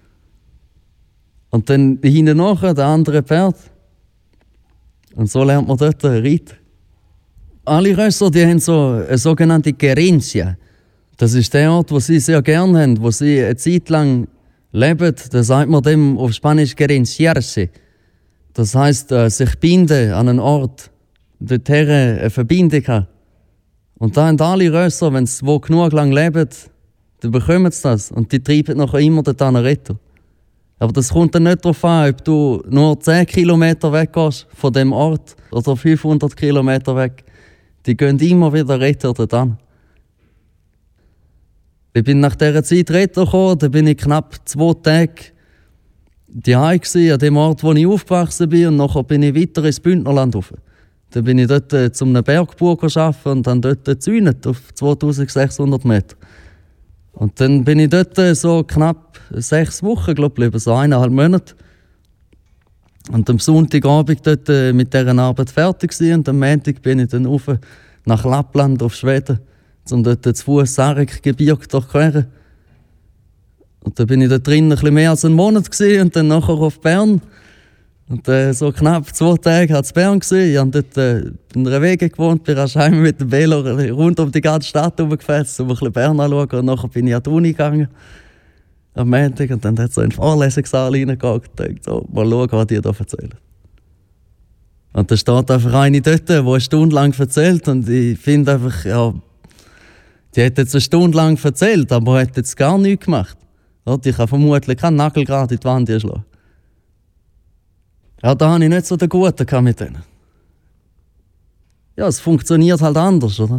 Und dann hinten nachher, der andere Pferd. Und so lernt man dort reiten. Alle Rösser, die haben so eine sogenannte Querencia. Das ist der Ort, wo sie sehr gerne haben, wo sie eine Zeit lang leben. Da sagt man dem auf Spanisch querenciarse. Das heisst, äh, sich binden an einen Ort, dorthin eine Verbindung haben. Und da haben alle Rösser, wenn sie wo genug lang leben, dann bekommen sie das. Und die treiben nachher immer dorthin retour. Aber das kommt dann nicht darauf an, ob du nur zehn Kilometer weggehst von dem Ort oder fünfhundert Kilometer weg. Die gehen immer wieder retour dorthin. Ich bin nach dieser Zeit retour gekommen, da bin ich knapp zwei Tage daheim gsi, an dem Ort, wo ich aufgewachsen bin, und nachher bin ich weiter ins Bündnerland rauf. Da bin ich dort äh, zu einem Bergbauer gearbeitet und dann dort gezäunet auf zweitausendsechshundert Meter. Und dann bin ich dort äh, so knapp sechs Wochen, glaube ich, so eineinhalb Monate. Und am Sonntagabend dort äh, mit dieser Arbeit fertig gewesen, und am Montag bin ich dann rauf nach Lappland, auf Schweden, um dort zu Fuß Sarek-Gebirge durchqueren. Und dann bin ich dort drin ein bisschen mehr als einen Monat gewesen, und dann nachher auf Bern. Und äh, so knapp zwei Tage hat es Bern gesehen. Ich habe dort äh, in einer Wege gewohnt, bin heim mit dem Velo rund um die ganze Stadt herumgefetzt, um ein bisschen Bern anzuschauen. Und nachher bin ich an die Uni gegangen am Montag, und dann hat so ein Vorlesungssaal reingegangen und dachte, so, mal schauen, was die da erzählen. Und da steht einfach eine dort, die eine Stunde lang erzählt, und ich finde einfach, ja, die hat jetzt eine Stunde lang erzählt, aber hat jetzt gar nichts gemacht. Die kann vermutlich keinen Nagel gerade in die Wand schlagen. Ja, da habe ich nicht so den Guten mit denen. Ja, es funktioniert halt anders, oder?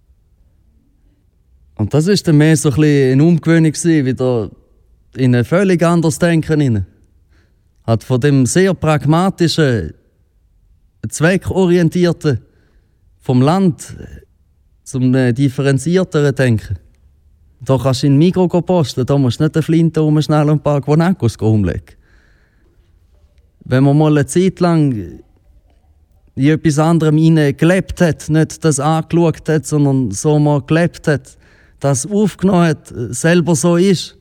Und das war dann mehr so ein bisschen eine Umgewöhnung, wieder in ein völlig anderes Denken hinein. Hat von dem sehr pragmatischen, zweckorientierten vom Land zum differenzierteren Denken. Da kannst du in den Migros posten, da musst du nicht eine Flinte um schnell ein paar Guanacos umlegen. Wenn man mal eine Zeit lang in etwas anderem hinein gelebt hat, nicht das angeschaut hat, sondern so mal gelebt hat, das aufgenommen hat, selber so ist,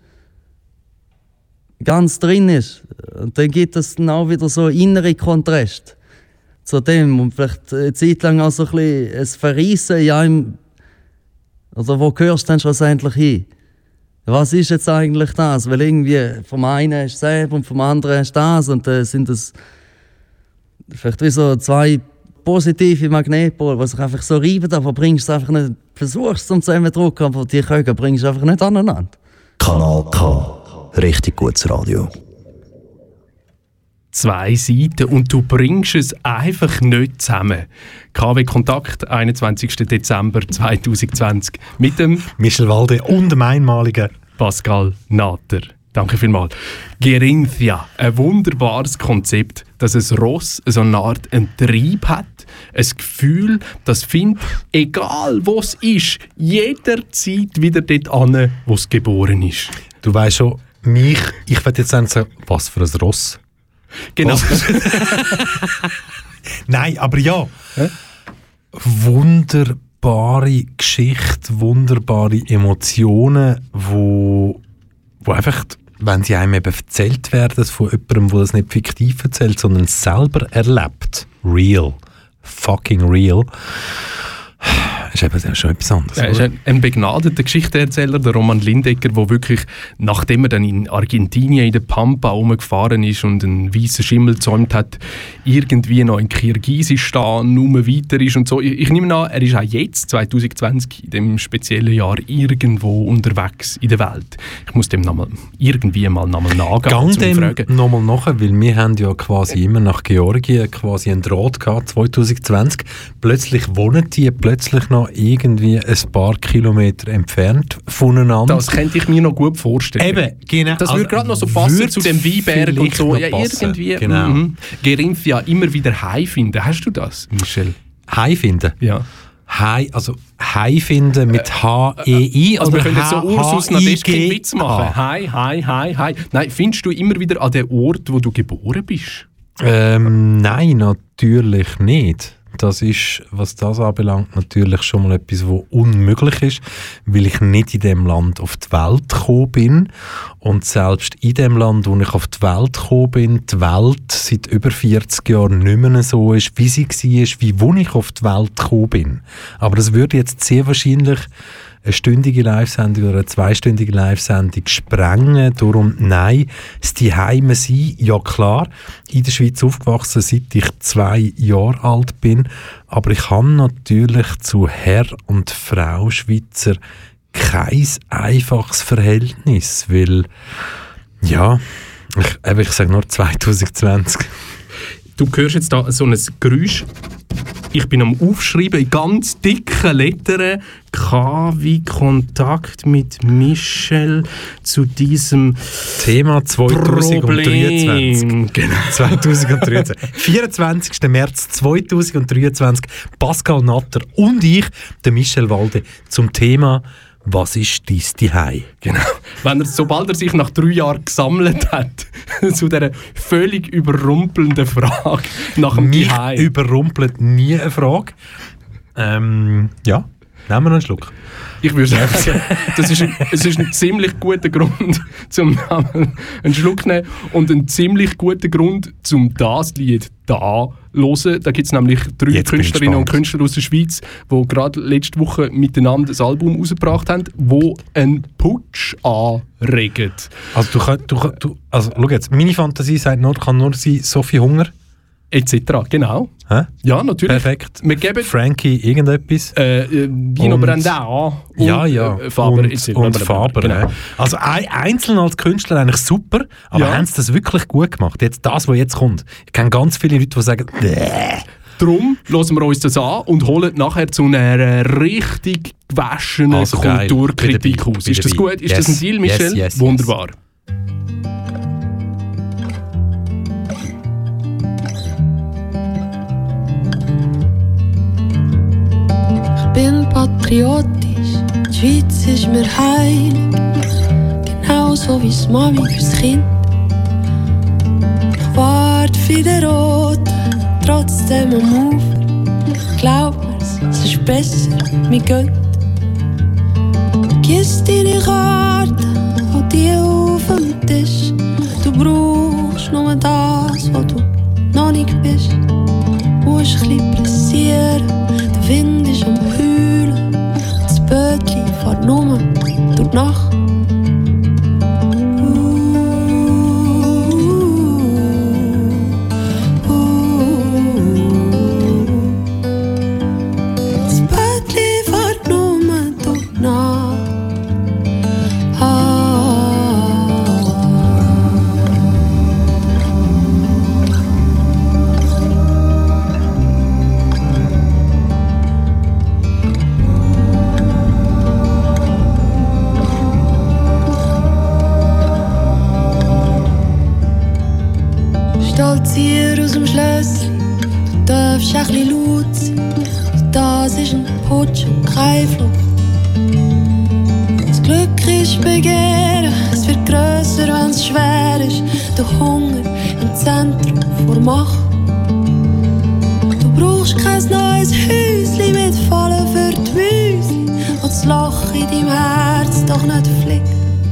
ganz drin ist, und dann gibt es dann auch wieder so innere Kontrast zu dem, und vielleicht eine Zeit lang auch so ein bisschen ein Verreissen in einem, oder wo gehörst du denn schlussendlich hin? Was ist jetzt eigentlich das? Weil irgendwie vom einen ist das und vom anderen ist das, und dann sind es vielleicht wie so zwei positive Magnetpole, die sich einfach so reiben, aber bringst es einfach nicht, versuchst es zum Zusammendrücken, aber die Köger bringst du einfach nicht aneinander. Kanal K. Richtig gutes Radio. Zwei Seiten und du bringst es einfach nicht zusammen. K W Kontakt, einundzwanzigsten Dezember zweitausendzwanzig mit dem Michel Walde und dem einmaligen Pascal Natter. Danke vielmals. Querencia, ein wunderbares Konzept, dass ein Ross so eine Art einen Trieb hat, ein Gefühl, das findet, egal wo es ist, jederzeit wieder dort an, wo es geboren ist. Du weißt schon, mich, ich würde jetzt sagen, was für ein Ross. Genau. Nein, aber ja. Hä? Wunderbar wunderbare Geschichte, wunderbare Emotionen, wo, wo einfach, wenn sie einem eben erzählt werden von jemandem, der das nicht fiktiv erzählt, sondern selber erlebt. Real. Fucking real. Das ist eben schon etwas anderes. Er ist ein, ein begnadeter Geschichtenerzähler, der Roman Lindecker, der wirklich, nachdem er dann in Argentinien in der Pampa rumgefahren ist und einen weißen Schimmel gezäumt hat, irgendwie noch in Kirgisistan rum weiter ist und so. Ich, ich nehme an, er ist auch jetzt, zwanzig zwanzig, in dem speziellen Jahr, irgendwo unterwegs in der Welt. Ich muss dem nochmal, irgendwie mal nochmal nachgehen. Gang dem fragen. Nochmal nachher, weil wir haben ja quasi immer nach Georgien quasi einen Draht gehabt, zwanzig zwanzig. Plötzlich wohnen die plötzlich noch irgendwie ein paar Kilometer entfernt voneinander. Das könnte ich mir noch gut vorstellen. Eben, genau. Das würde gerade noch so passen zu dem Weinberg und so. Ja, irgendwie. Genau. Mhm. Gerinfia immer wieder Hai finden. Hast du das, Michel? Hai finden? Ja. Hai, also Hai finden mit H E I Also oder wir können jetzt so Ursus Nadeschkin H Witz machen. Hai, Hai, Hai, Hai. Nein, findest du immer wieder an den Ort, wo du geboren bist? Ähm, nein, natürlich nicht. Das ist, was das anbelangt, natürlich schon mal etwas, was unmöglich ist, weil ich nicht in dem Land auf die Welt gekommen bin. Und selbst in dem Land, wo ich auf die Welt gekommen bin, die Welt seit über vierzig Jahren nicht mehr so ist, wie sie war, wie wo ich auf die Welt gekommen bin. Aber das würde jetzt sehr wahrscheinlich eine stündige Live-Sendung oder eine zweistündige Live-Sendung sprengen. Darum nein, das Zuhause sein, ja klar, in der Schweiz aufgewachsen, seit ich zwei Jahre alt bin. Aber ich habe natürlich zu Herr und Frau Schweizer kein einfaches Verhältnis, weil, ja, ich, eben, ich sage nur zwanzig zwanzig. Du hörst jetzt da so ein Geräusch. Ich bin am Aufschreiben in ganz dicken Lettern. K wie Kontakt mit Michel zu diesem Thema zwanzig dreiundzwanzig. Genau. zwanzig dreiundzwanzig. vierundzwanzigsten März zweitausenddreiundzwanzig. Pascal Natter und ich, der Michel Walde, zum Thema «Was ist dein Zuhause?» Genau. Wenn er, sobald er sich nach drei Jahren gesammelt hat, zu dieser völlig überrumpelnden Frage nach dem Mich Zuhause. überrumpelt nie eine Frage. Ähm, ja, nehmen wir noch einen Schluck. Ich würde sagen, das ist ein, es ist ein ziemlich guter Grund, um einen Schluck zu nehmen und ein ziemlich guter Grund, um das Lied da zu hören. Da gibt es nämlich drei Jetzt Künstlerinnen und Künstler aus der Schweiz, die gerade letzte Woche miteinander ein Album rausgebracht haben, wo einen Putsch anregen. Also, du, kann- du, kann- du, also schau jetzt, meine Fantasie sagt nur, kann nur sein, Sophie Hunger. Etc. Genau. Hä? Ja, natürlich. Perfekt. Wir geben Frankie irgendetwas. äh, äh, Vino Und- Brandao und Ja, ja. äh, Faber. und, et cetera. und Faber. Genau. ja. Also ein, einzeln als Künstler eigentlich super, aber Ja. haben sie das wirklich gut gemacht? Jetzt das, was jetzt kommt. Ich kenne ganz viele Leute, die sagen, «Bäh». Darum hören wir uns das an und holen nachher zu einer richtig gewaschenen Also geil. Kulturkritik Bin dabei. aus. Bin Ist das dabei. gut? Ist Yes. das ein Deal, Michel? Yes, yes, yes. Wunderbar. Ich bin patriotisch, die Schweiz ist mir heilig, genauso wie es Mami fürs Kind. Ich warte für den Roten, trotzdem am Ufer. Glaub mir's, es ist besser, mir gönnt. Kiss deine Karte und die auf dem Tisch. Du brauchst nur das, was du noch nicht bist. Musst ein bisschen pressieren, der Wind ist am Heulen. Das Bötchen fährt nur durch die Nacht. Das Bötchen fährt nur durch die Nacht. Stolzier aus dem Schlösschen, du darfst ein bisschen laut sein. Das ist ein Putsch und keine Flucht. Das Glück ist Begehren, es wird grösser, wenn es schwer ist. Der Hunger im Zentrum vor Macht. Du brauchst kein neues Häuschen mit Fallen für die das Loch in deinem Herz doch nicht flickt.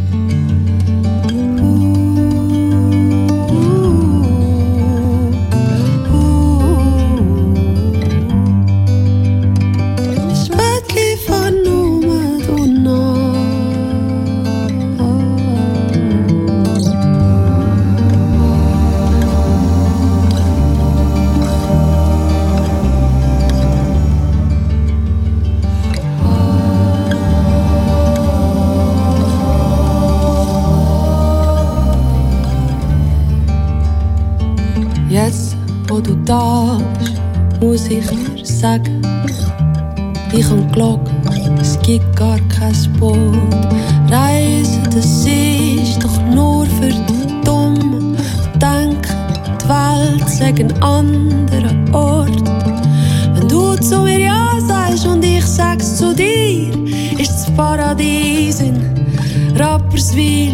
Jetzt, wo du da bist, muss ich dir sagen, ich hab gelogen, es gibt gar kein Boot. Reisen, das ist doch nur für die Dummen. Denk, die Welt sei ein anderer Ort. Wenn du zu mir Ja sagst und ich sag's zu dir, ist das Paradies in Rapperswil.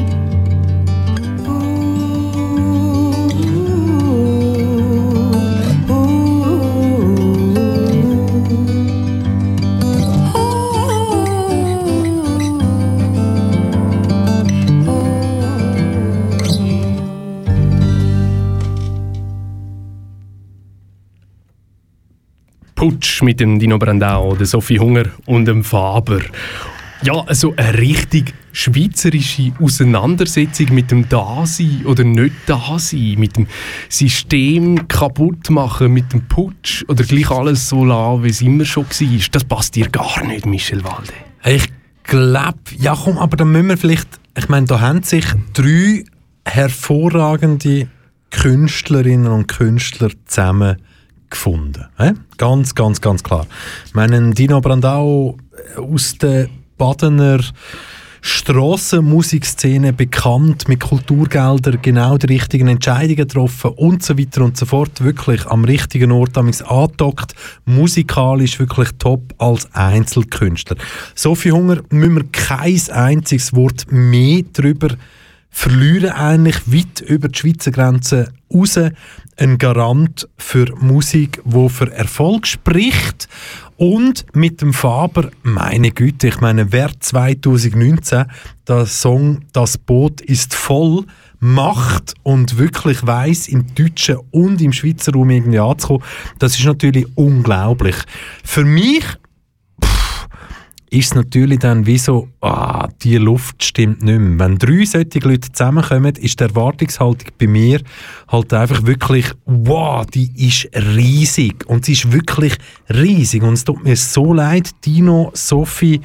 Putsch mit dem Dino Brandao, der Sophie Hunger und dem Faber. Ja, also eine richtig schweizerische Auseinandersetzung mit dem Dasein oder nicht Dasein, mit dem System kaputt machen, mit dem Putsch oder gleich alles so lassen, wie es immer schon war. Das passt dir gar nicht, Michel Walde. Ich glaube, ja komm, aber dann müssen wir vielleicht, ich meine, da haben sich drei hervorragende Künstlerinnen und Künstler zusammen gefunden. He? Ganz, ganz, ganz klar. Ich meine, Dino Brandao aus der Badener Strassenmusikszene bekannt, mit Kulturgeldern genau die richtigen Entscheidungen getroffen und so weiter und so fort. Wirklich am richtigen Ort angedockt, musikalisch wirklich top als Einzelkünstler. Sophie Hunger müssen wir kein einziges Wort mehr darüber verlieren, eigentlich weit über die Schweizer Grenze raus. Ein Garant für Musik, die für Erfolg spricht. Und mit dem Faber, meine Güte, ich meine, wer zwanzig neunzehn der Song «Das Boot ist voll» macht und wirklich weiss, im Deutschen und im Schweizer Raum irgendwie anzukommen, das ist natürlich unglaublich. Für mich ist es natürlich dann wie so, ah, die Luft stimmt nicht mehr. Wenn drei solche Leute zusammenkommen, ist die Erwartungshaltung bei mir halt einfach wirklich, wow, die ist riesig. Und sie ist wirklich riesig. Und es tut mir so leid, Dino, Sophie,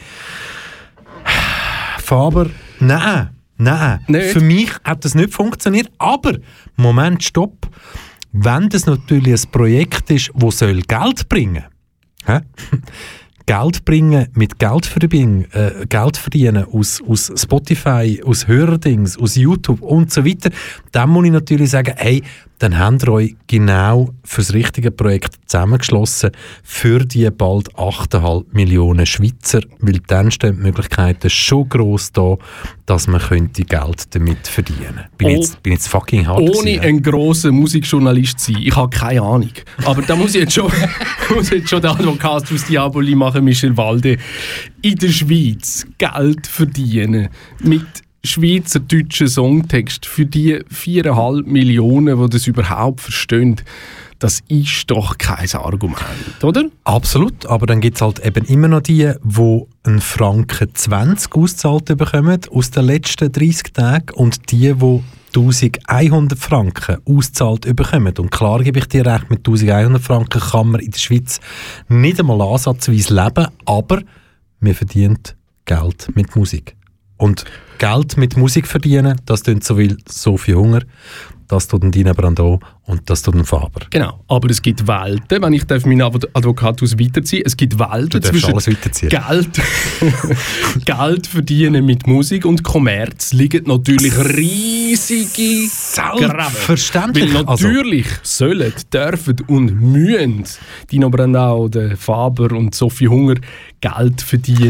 Faber, nein, nein. Nicht. Für mich hat das nicht funktioniert. Aber, Moment, stopp. Wenn das natürlich ein Projekt ist, das Geld bringen soll, Geld bringen, mit Geld verdienen, äh, Geld verdienen aus, aus Spotify, aus Hörerdings, aus YouTube und so weiter, dann muss ich natürlich sagen, hey, dann habt ihr euch genau für das richtige Projekt zusammengeschlossen für die bald acht Komma fünf Millionen Schweizer, weil dann stehen die Möglichkeiten schon gross da, dass man könnte Geld damit verdienen könnte. Bin, oh, jetzt, bin jetzt fucking hart ohne gewesen, ein grosser Musikjournalist zu sein. Ich habe keine Ahnung. Aber da muss ich jetzt schon, muss jetzt schon den Advocat aus Diaboli machen, Michel Walde. In der Schweiz Geld verdienen mit schweizerdeutschen Songtext für die viereinhalb Millionen, die das überhaupt verstehen, das ist doch kein Argument, oder? Absolut, aber dann gibt es halt eben immer noch die, die einen Franken zwanzig ausgezahlt bekommen aus den letzten dreißig Tagen und die, die eintausendeinhundert Franken ausgezahlt bekommen. Und klar gebe ich dir recht, mit eintausendeinhundert Franken kann man in der Schweiz nicht einmal ansatzweise leben, aber man verdient Geld mit Musik. Und Geld mit Musik verdienen, das tut sowohl Sophie Hunger, das tut ein Dino Brandao und das tut ein Faber. Genau, aber es gibt Welten, wenn ich darf meinen Advokatus weiterziehen, es gibt Welten zwischen Geld, Geld verdienen mit Musik und Kommerz liegen natürlich riesige Selbstverständlich. Weil natürlich also. sollen, dürfen und müssen Dino Brandao, der Faber und Sophie Hunger Geld verdienen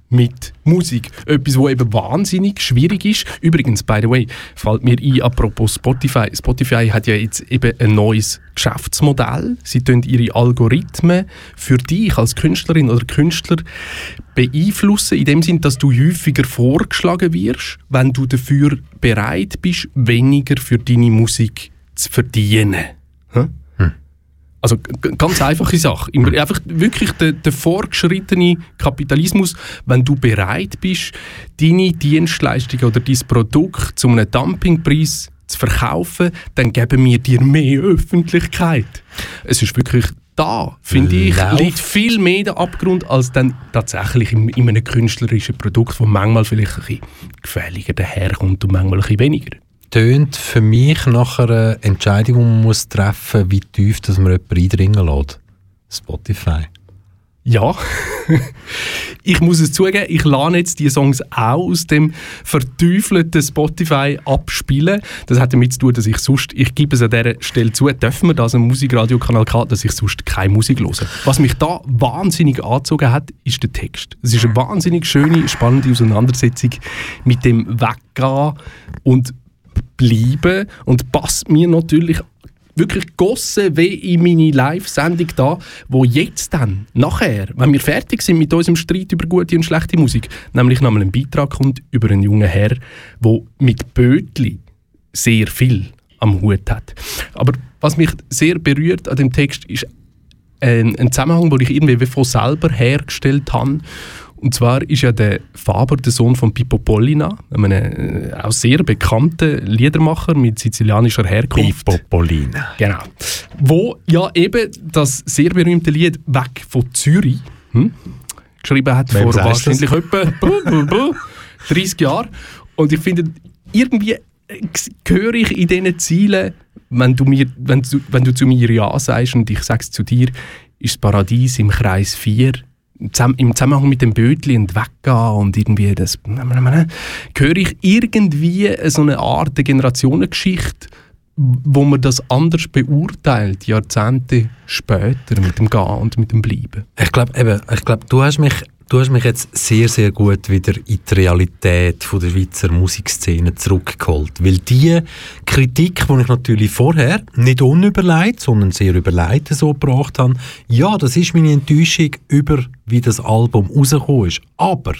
mit Musik. Etwas, was eben wahnsinnig schwierig ist. Übrigens, by the way, fällt mir ein, apropos Spotify. Spotify hat ja jetzt eben ein neues Geschäftsmodell. Sie tun ihre Algorithmen für dich als Künstlerin oder Künstler beeinflussen, in dem Sinne, dass du häufiger vorgeschlagen wirst, wenn du dafür bereit bist, weniger für deine Musik zu verdienen. Hm? Also g- ganz einfache Sache. Im, einfach wirklich der, der fortgeschrittene Kapitalismus, wenn du bereit bist, deine Dienstleistung oder dein Produkt zu einem Dumpingpreis zu verkaufen, dann geben wir dir mehr Öffentlichkeit. Es ist wirklich da, finde ich, Lauf. liegt viel mehr der Abgrund als dann tatsächlich in, in einem künstlerischen Produkt, das manchmal vielleicht ein bisschen gefälliger daherkommt und manchmal ein bisschen weniger. Tönt für mich nach einer Entscheidung, die man muss treffen muss, wie tief dass man jemanden eindringen lässt. Spotify. Ja, ich muss es zugeben, ich lade jetzt die Songs auch aus dem verteufelten Spotify abspielen. Das hat damit zu tun, dass ich sonst, ich gebe es an dieser Stelle zu, dürfen wir das am Musikradiokanal K, dass ich sonst keine Musik höre. Was mich da wahnsinnig angezogen hat, ist der Text. Es ist eine wahnsinnig schöne, spannende Auseinandersetzung mit dem Weggehen und Bleiben und passt mir natürlich wirklich gegossen wie in meine Live-Sendung da, wo jetzt dann, nachher, wenn wir fertig sind mit unserem Streit über gute und schlechte Musik, nämlich nochmal ein Beitrag kommt über einen jungen Herr, der mit Bötli sehr viel am Hut hat. Aber was mich sehr berührt an dem Text ist ein, ein Zusammenhang, den ich irgendwie von selber hergestellt habe. Und zwar ist ja der Faber der Sohn von Pippo Pollina, einem äh, auch sehr bekannten Liedermacher mit sizilianischer Herkunft. Pippo Pollina. Genau. Wo ja eben das sehr berühmte Lied «Weg von Zürich» hm, geschrieben hat Wem vor sagst wahrscheinlich etwa dreißig Jahren. Und ich finde, irgendwie äh, höre ich in diesen Zielen, wenn du, mir, wenn, du, wenn du zu mir Ja sagst und ich sage es zu dir, ist das Paradies im Kreis vier, im Zusammenhang mit dem Bötli und Weggehen und irgendwie das, höre ich irgendwie so eine Art der Generationengeschichte, wo man das anders beurteilt, Jahrzehnte später mit dem Gehen und mit dem Bleiben. Ich glaube, eben, ich glaub, du hast mich Du hast mich jetzt sehr, sehr gut wieder in die Realität von der Schweizer Musikszene zurückgeholt. Weil die Kritik, die ich natürlich vorher nicht unüberlegt, sondern sehr überlegt so gebracht habe, ja, das ist meine Enttäuschung über, wie das Album rausgekommen ist. Aber,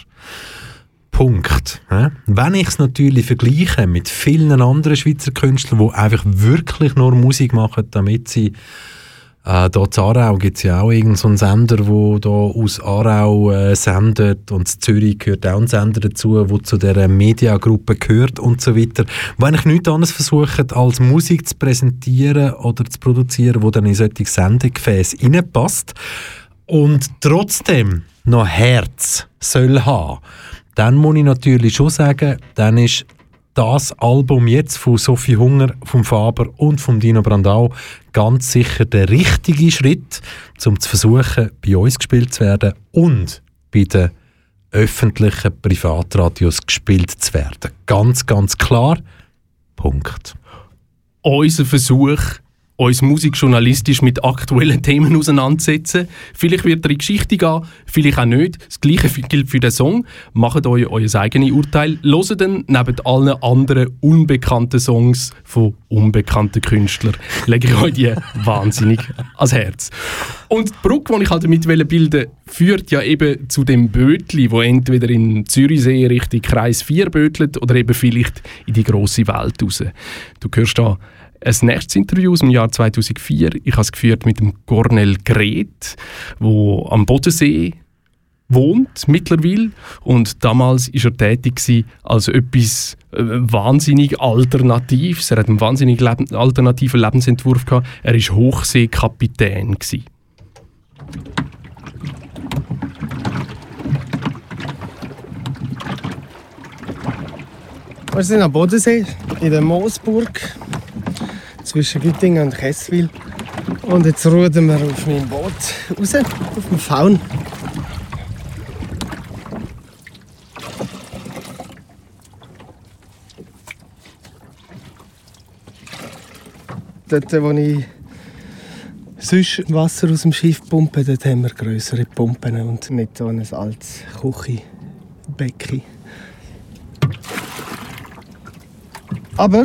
Punkt. Wenn ich es natürlich vergleiche mit vielen anderen Schweizer Künstlern, die einfach wirklich nur Musik machen, damit sie Äh, da in Aarau gibt es ja auch irgendeinen so Sender, der da aus Aarau äh, sendet, und in Zürich gehört auch ein Sender dazu, der zu dieser Mediagruppe gehört und so weiter. Wenn ich nichts anderes versuche, als Musik zu präsentieren oder zu produzieren, die dann in solche Sendegefäße reinpasst und trotzdem noch Herz soll haben, dann muss ich natürlich schon sagen, dann ist das Album jetzt von Sophie Hunger, vom Faber und von Dino Brandau ganz sicher der richtige Schritt, um zu versuchen, bei uns gespielt zu werden und bei den öffentlichen Privatradios gespielt zu werden. Ganz, ganz klar. Punkt. Unser Versuch, uns musikjournalistisch mit aktuellen Themen auseinandersetzen. Vielleicht wird er in Geschichte gehen, vielleicht auch nicht. Das Gleiche gilt für den Song. Macht euch euer eigenes Urteil. Hört dann neben allen anderen unbekannten Songs von unbekannten Künstlern. Lege ich euch die wahnsinnig ans Herz. Und die Brücke, die ich halt damit bilden wollte, führt ja eben zu dem Bötli, wo entweder in Zürichsee Richtung Kreis vier bötelt oder eben vielleicht in die grosse Welt raus. Du hörst da ein nächstes Interview aus dem Jahr zweitausendvier. Ich habe es geführt mit dem Cornel Gret, der am Bodensee wohnt mittlerweile. Und damals war er tätig gewesen als etwas äh, wahnsinnig Alternatives. Er hat einen wahnsinnig leb- alternativen Lebensentwurf gehabt. Er war Hochseekapitän gewesen. Wir sind am Bodensee, in der Moosburg, zwischen Güttingen und Kesswil. Und jetzt rudern wir auf meinem Boot raus, auf dem Faun. Dort, wo ich sonst Wasser aus dem Schiff pumpe, dort haben wir grössere Pumpen und nicht so ein altes Becken. Aber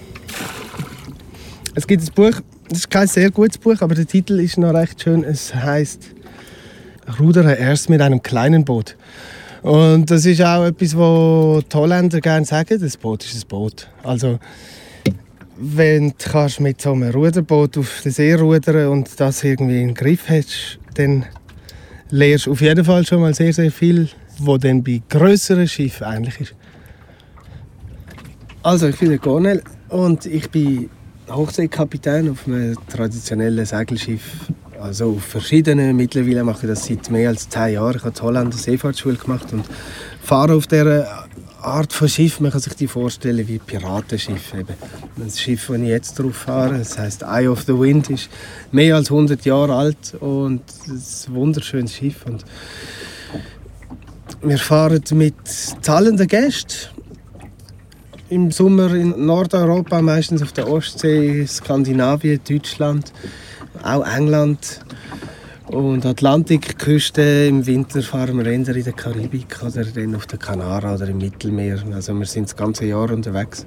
es gibt ein Buch, das ist kein sehr gutes Buch, aber der Titel ist noch recht schön. Es heisst «Rudere erst mit einem kleinen Boot». Und das ist auch etwas, was die Holländer gerne sagen, das Boot ist ein Boot. Also, wenn du kannst mit so einem Ruderboot auf den See rudern und das irgendwie in den Griff hast, dann lernst du auf jeden Fall schon mal sehr, sehr viel, was dann bei grösseren Schiffen eigentlich ist. Also, ich bin der Cornel und ich bin Hochseekapitän auf einem traditionellen Segelschiff. Also auf verschiedenen, mittlerweile mache ich das seit mehr als zehn Jahren. Ich habe die Holländer Seefahrtsschule gemacht und fahre auf dieser Art von Schiff. Man kann sich die vorstellen wie Piratenschiff. Eben. Das Schiff, das ich jetzt drauf fahre, das heisst Eye of the Wind, ist mehr als hundert Jahre alt und es ist ein wunderschönes Schiff. Und wir fahren mit zahlenden Gästen. Im Sommer in Nordeuropa, meistens auf der Ostsee, Skandinavien, Deutschland, auch England und Atlantikküste. Im Winter fahren wir eher in der Karibik oder dann auf der Kanaren oder im Mittelmeer. Also wir sind das ganze Jahr unterwegs.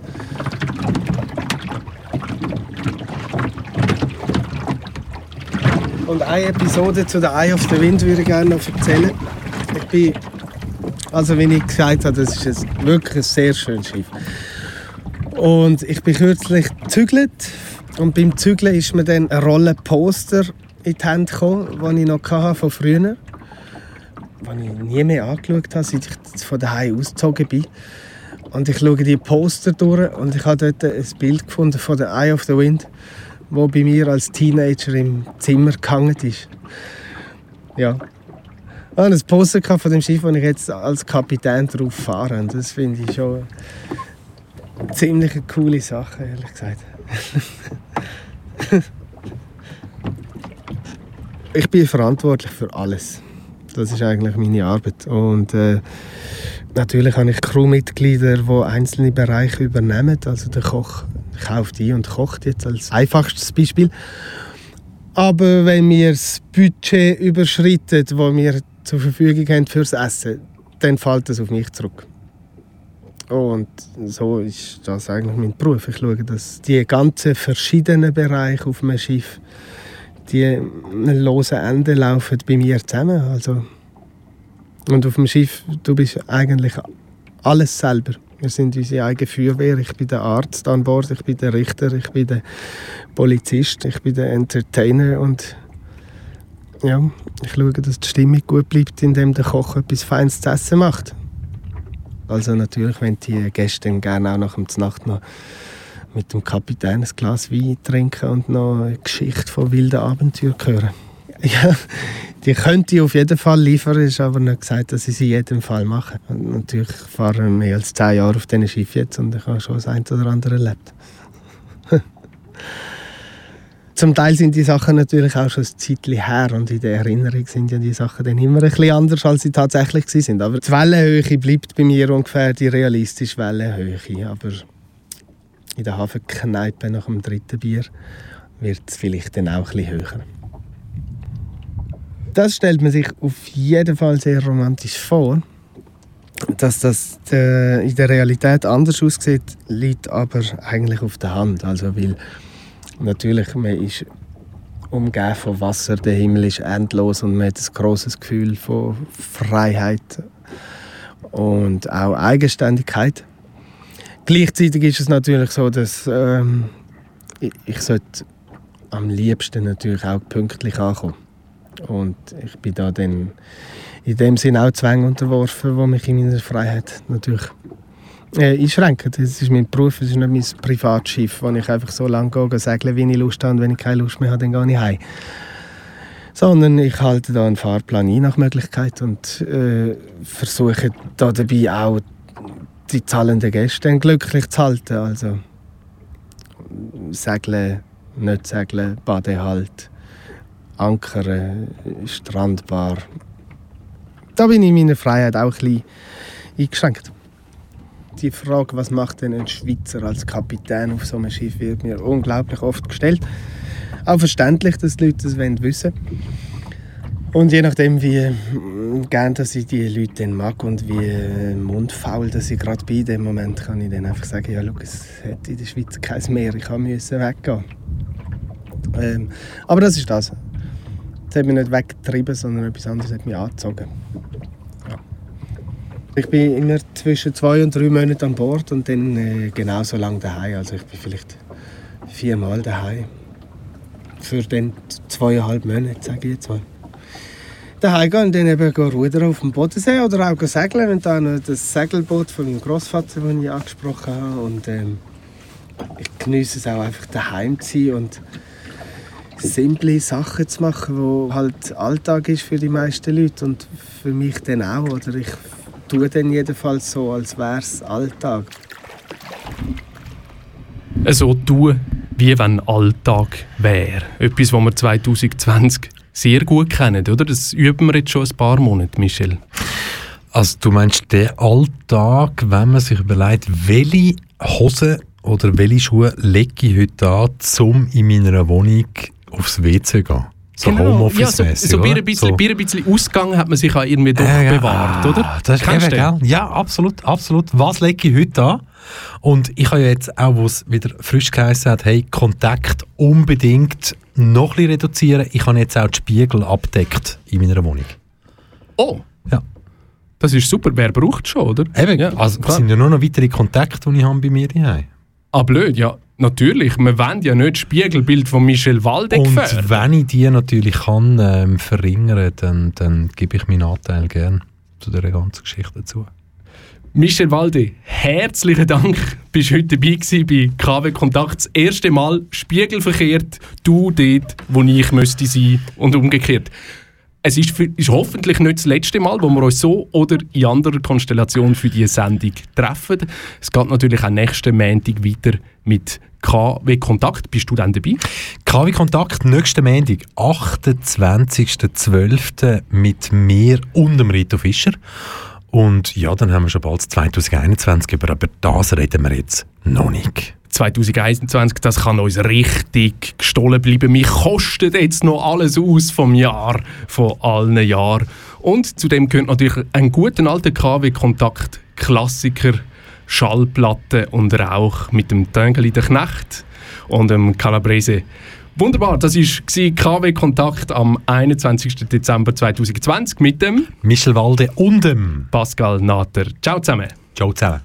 Und eine Episode zu der Eye of the Wind würde ich gerne noch erzählen. Ich bin, also wie ich gesagt habe, das ist ein, wirklich ein sehr schönes Schiff. Und ich bin kürzlich gezügelt und beim Zügeln ist mir dann eine Rolle Poster in die Hände gekommen, die ich noch hatte von früher, die ich nie mehr angeschaut habe, seit ich von daheim ausgezogen bin. Und ich schaue die Poster durch und ich habe dort ein Bild gefunden von der Eye of the Wind, das bei mir als Teenager im Zimmer gehangen ist. Ja. Ich hatte ein Poster von dem Schiff, wo ich jetzt als Kapitän drauf fahre. Und das finde ich schon eine ziemlich coole Sache, ehrlich gesagt. Ich bin verantwortlich für alles. Das ist eigentlich meine Arbeit. Und äh, natürlich habe ich Crewmitglieder, die einzelne Bereiche übernehmen. Also der Koch kauft ein und kocht jetzt als einfachstes Beispiel. Aber wenn wir das Budget überschreiten, das wir zur Verfügung haben fürs Essen, dann fällt das auf mich zurück. Und so ist das eigentlich mein Beruf. Ich schaue, dass die ganzen verschiedenen Bereiche auf einem Schiff, die losen Ende laufen bei mir zusammen. Also, und auf dem Schiff, du bist eigentlich alles selber. Wir sind unsere eigene Feuerwehr. Ich bin der Arzt an Bord, ich bin der Richter, ich bin der Polizist, ich bin der Entertainer. Und ja, ich schaue, dass die Stimmung gut bleibt, indem der Koch etwas Feines zu essen macht. Also natürlich, wenn die Gäste dann gerne auch nach der Nacht noch mit dem Kapitän ein Glas Wein trinken und noch eine Geschichte von wilden Abenteuern hören. Ja, die könnte ich auf jeden Fall liefern, ist aber nicht gesagt, dass ich sie in jedem Fall mache. Und natürlich fahre ich mehr als zehn Jahre auf diesen Schiff jetzt und ich habe schon das eine oder andere erlebt. Zum Teil sind die Sachen natürlich auch schon ein Zeitchen her und in der Erinnerung sind ja die Sachen dann immer ein bisschen anders, als sie tatsächlich waren. Aber die Wellenhöhe bleibt bei mir ungefähr die realistische Wellenhöhe. Aber in der Hafenkneipe nach dem dritten Bier wird es vielleicht dann auch ein bisschen höher. Das stellt man sich auf jeden Fall sehr romantisch vor. Dass das äh, in der Realität anders aussieht, liegt aber eigentlich auf der Hand. Also, weil natürlich, man ist umgeben von Wasser, der Himmel ist endlos und man hat ein grosses Gefühl von Freiheit und auch Eigenständigkeit. Gleichzeitig ist es natürlich so, dass ähm, ich, ich sollte am liebsten natürlich auch pünktlich ankommen. Und ich bin da dann in dem Sinne auch Zwängen unterworfen, die mich in meiner Freiheit natürlich äh, einschränken. Das ist mein Beruf, das ist nicht mein Privatschiff, wo ich einfach so lange gehe, segle, wie ich Lust habe, und wenn ich keine Lust mehr habe, dann gehe ich heim. Sondern ich halte da einen Fahrplan ein nach Möglichkeit und äh, versuche da dabei auch die zahlenden Gäste glücklich zu halten. Also segeln, nicht segeln, Badehalt, Ankern, Strandbar. Da bin ich in meiner Freiheit auch ein bisschen eingeschränkt. Die Frage, was macht denn ein Schweizer als Kapitän auf so einem Schiff, wird mir unglaublich oft gestellt. Auch verständlich, dass die Leute das wissen wollen. Und je nachdem, wie gern dass ich die Leute dann mag und wie mundfaul dass ich gerade bin, in dem Moment kann ich dann einfach sagen, ja, schau, es hat in der Schweiz kein Meer, ich musste weggehen. Ähm, aber das ist das. Es hat mich nicht weggetrieben, sondern etwas anderes hat mich angezogen. Ja. Ich bin immer zwischen zwei und drei Monaten an Bord und dann äh, genauso lange daheim. Also ich bin vielleicht viermal daheim. Für dann zweieinhalb Monate, sage ich jetzt mal. Daheim gehen und dann eben rudern auf dem Bodensee oder auch segeln. Und dann noch das Segelboot von meinem Großvater, das ich angesprochen habe. Und ähm, ich genieße es auch einfach daheim zu sein und simple Sachen zu machen, die halt Alltag ist für die meisten Leute und für mich dann auch. Oder ich tue dann jedenfalls so, als wäre es Alltag. So tun, wie wenn Alltag wäre. Etwas, was wir zwanzig zwanzig sehr gut kennen, oder? Das üben wir jetzt schon ein paar Monate, Michel. Also du meinst den Alltag, wenn man sich überlegt, welche Hosen oder welche Schuhe lege ich heute an, um in meiner Wohnung aufs W C zu gehen? So genau. Homeoffice-mässig, ja, so, so oder? ein bisschen, So. ein bisschen Ausgang hat man sich auch irgendwie doch Äh, ja, bewahrt, oder? Das ist Kennst eben, du den? gell? Ja, absolut, absolut. Was lege ich heute an? Und ich habe ja jetzt auch, wo es wieder frisch geheißen hat, hey, Kontakt unbedingt noch ein bisschen reduzieren. Ich habe jetzt auch die Spiegel abdeckt in meiner Wohnung. Oh! Ja. Das ist super. Wer braucht es schon, oder? Eben, Ja, also klar. es sind ja nur noch weitere Kontakte, die ich habe bei mir daheim. Ah, blöd, ja. Natürlich, wir wollen ja nicht das Spiegelbild von Michel Waldeck Und gefährden. wenn ich die natürlich kann ähm, verringern, dann, dann gebe ich meinen Anteil gerne zu dieser ganzen Geschichte dazu. Michel Walde, herzlichen Dank. Du warst heute dabei gewesen bei K W Kontakt. Das erste Mal spiegelverkehrt, du dort, wo ich müsste sein und umgekehrt. Es ist, für, ist hoffentlich nicht das letzte Mal, wo wir uns so oder in anderer Konstellation für diese Sendung treffen. Es geht natürlich auch nächsten Montag weiter mit K W Kontakt. Bist du dann dabei? K W Kontakt nächsten Montag, achtundzwanzigsten zwölften mit mir und dem Rito Fischer. Und ja, dann haben wir schon bald zwanzig einundzwanzig, aber über das reden wir jetzt noch nicht. zwanzig einundzwanzig, das kann uns richtig gestohlen bleiben. Mich kostet jetzt noch alles aus vom Jahr, von allen Jahren. Und zudem gehört natürlich ein guter alter K W-Kontakt-Klassiker, Schallplatte und Rauch mit dem Töngeli der Knecht und dem Calabrese. Wunderbar, das war K W-Kontakt am einundzwanzigsten Dezember zweitausendzwanzig mit dem Michel Walde und dem Pascal Natter. Ciao zusammen. Ciao zusammen.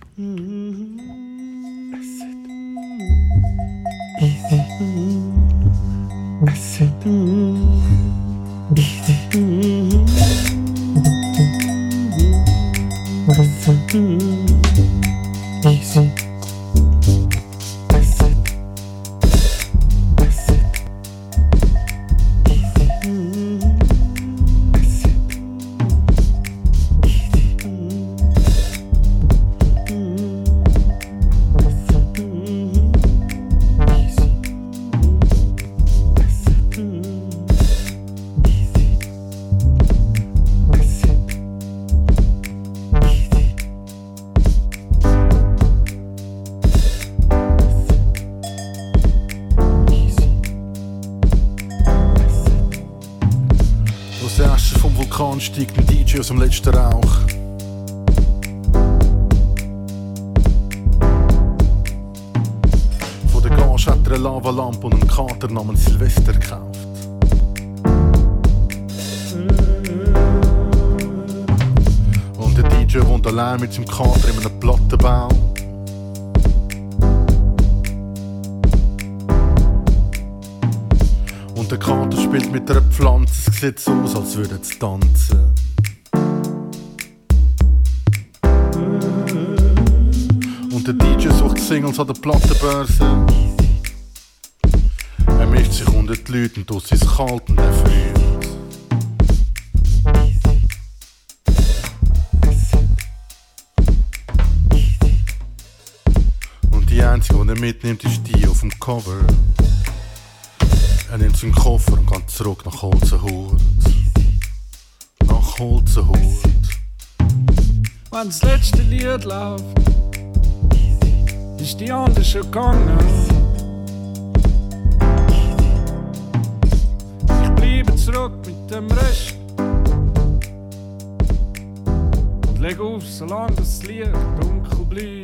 Steigt ein D J aus dem letzten Rauch. Von der Gage hat er eine Lavalampe und einen Kater namens Silvester gekauft. Und der D J wohnt allein mit seinem Kater in einem Plattenbau. Und der Kater spielt mit einer Pflanze, es sieht so aus, als würde es tanzen. Und der D J sucht Singles an der Plattenbörse. Er mischt sich unter die Leute und tut es kalt und er friert. Und die einzige, die er mitnimmt, ist die auf dem Cover. Er nimmt seinen Koffer und geht zurück nach Holzenhut. Nach Holzenhut. Wenn das letzte Lied läuft, ist die andere schon gegangen. Ich bleibe zurück mit dem Rest leg auf, solange das Licht dunkel bleibt.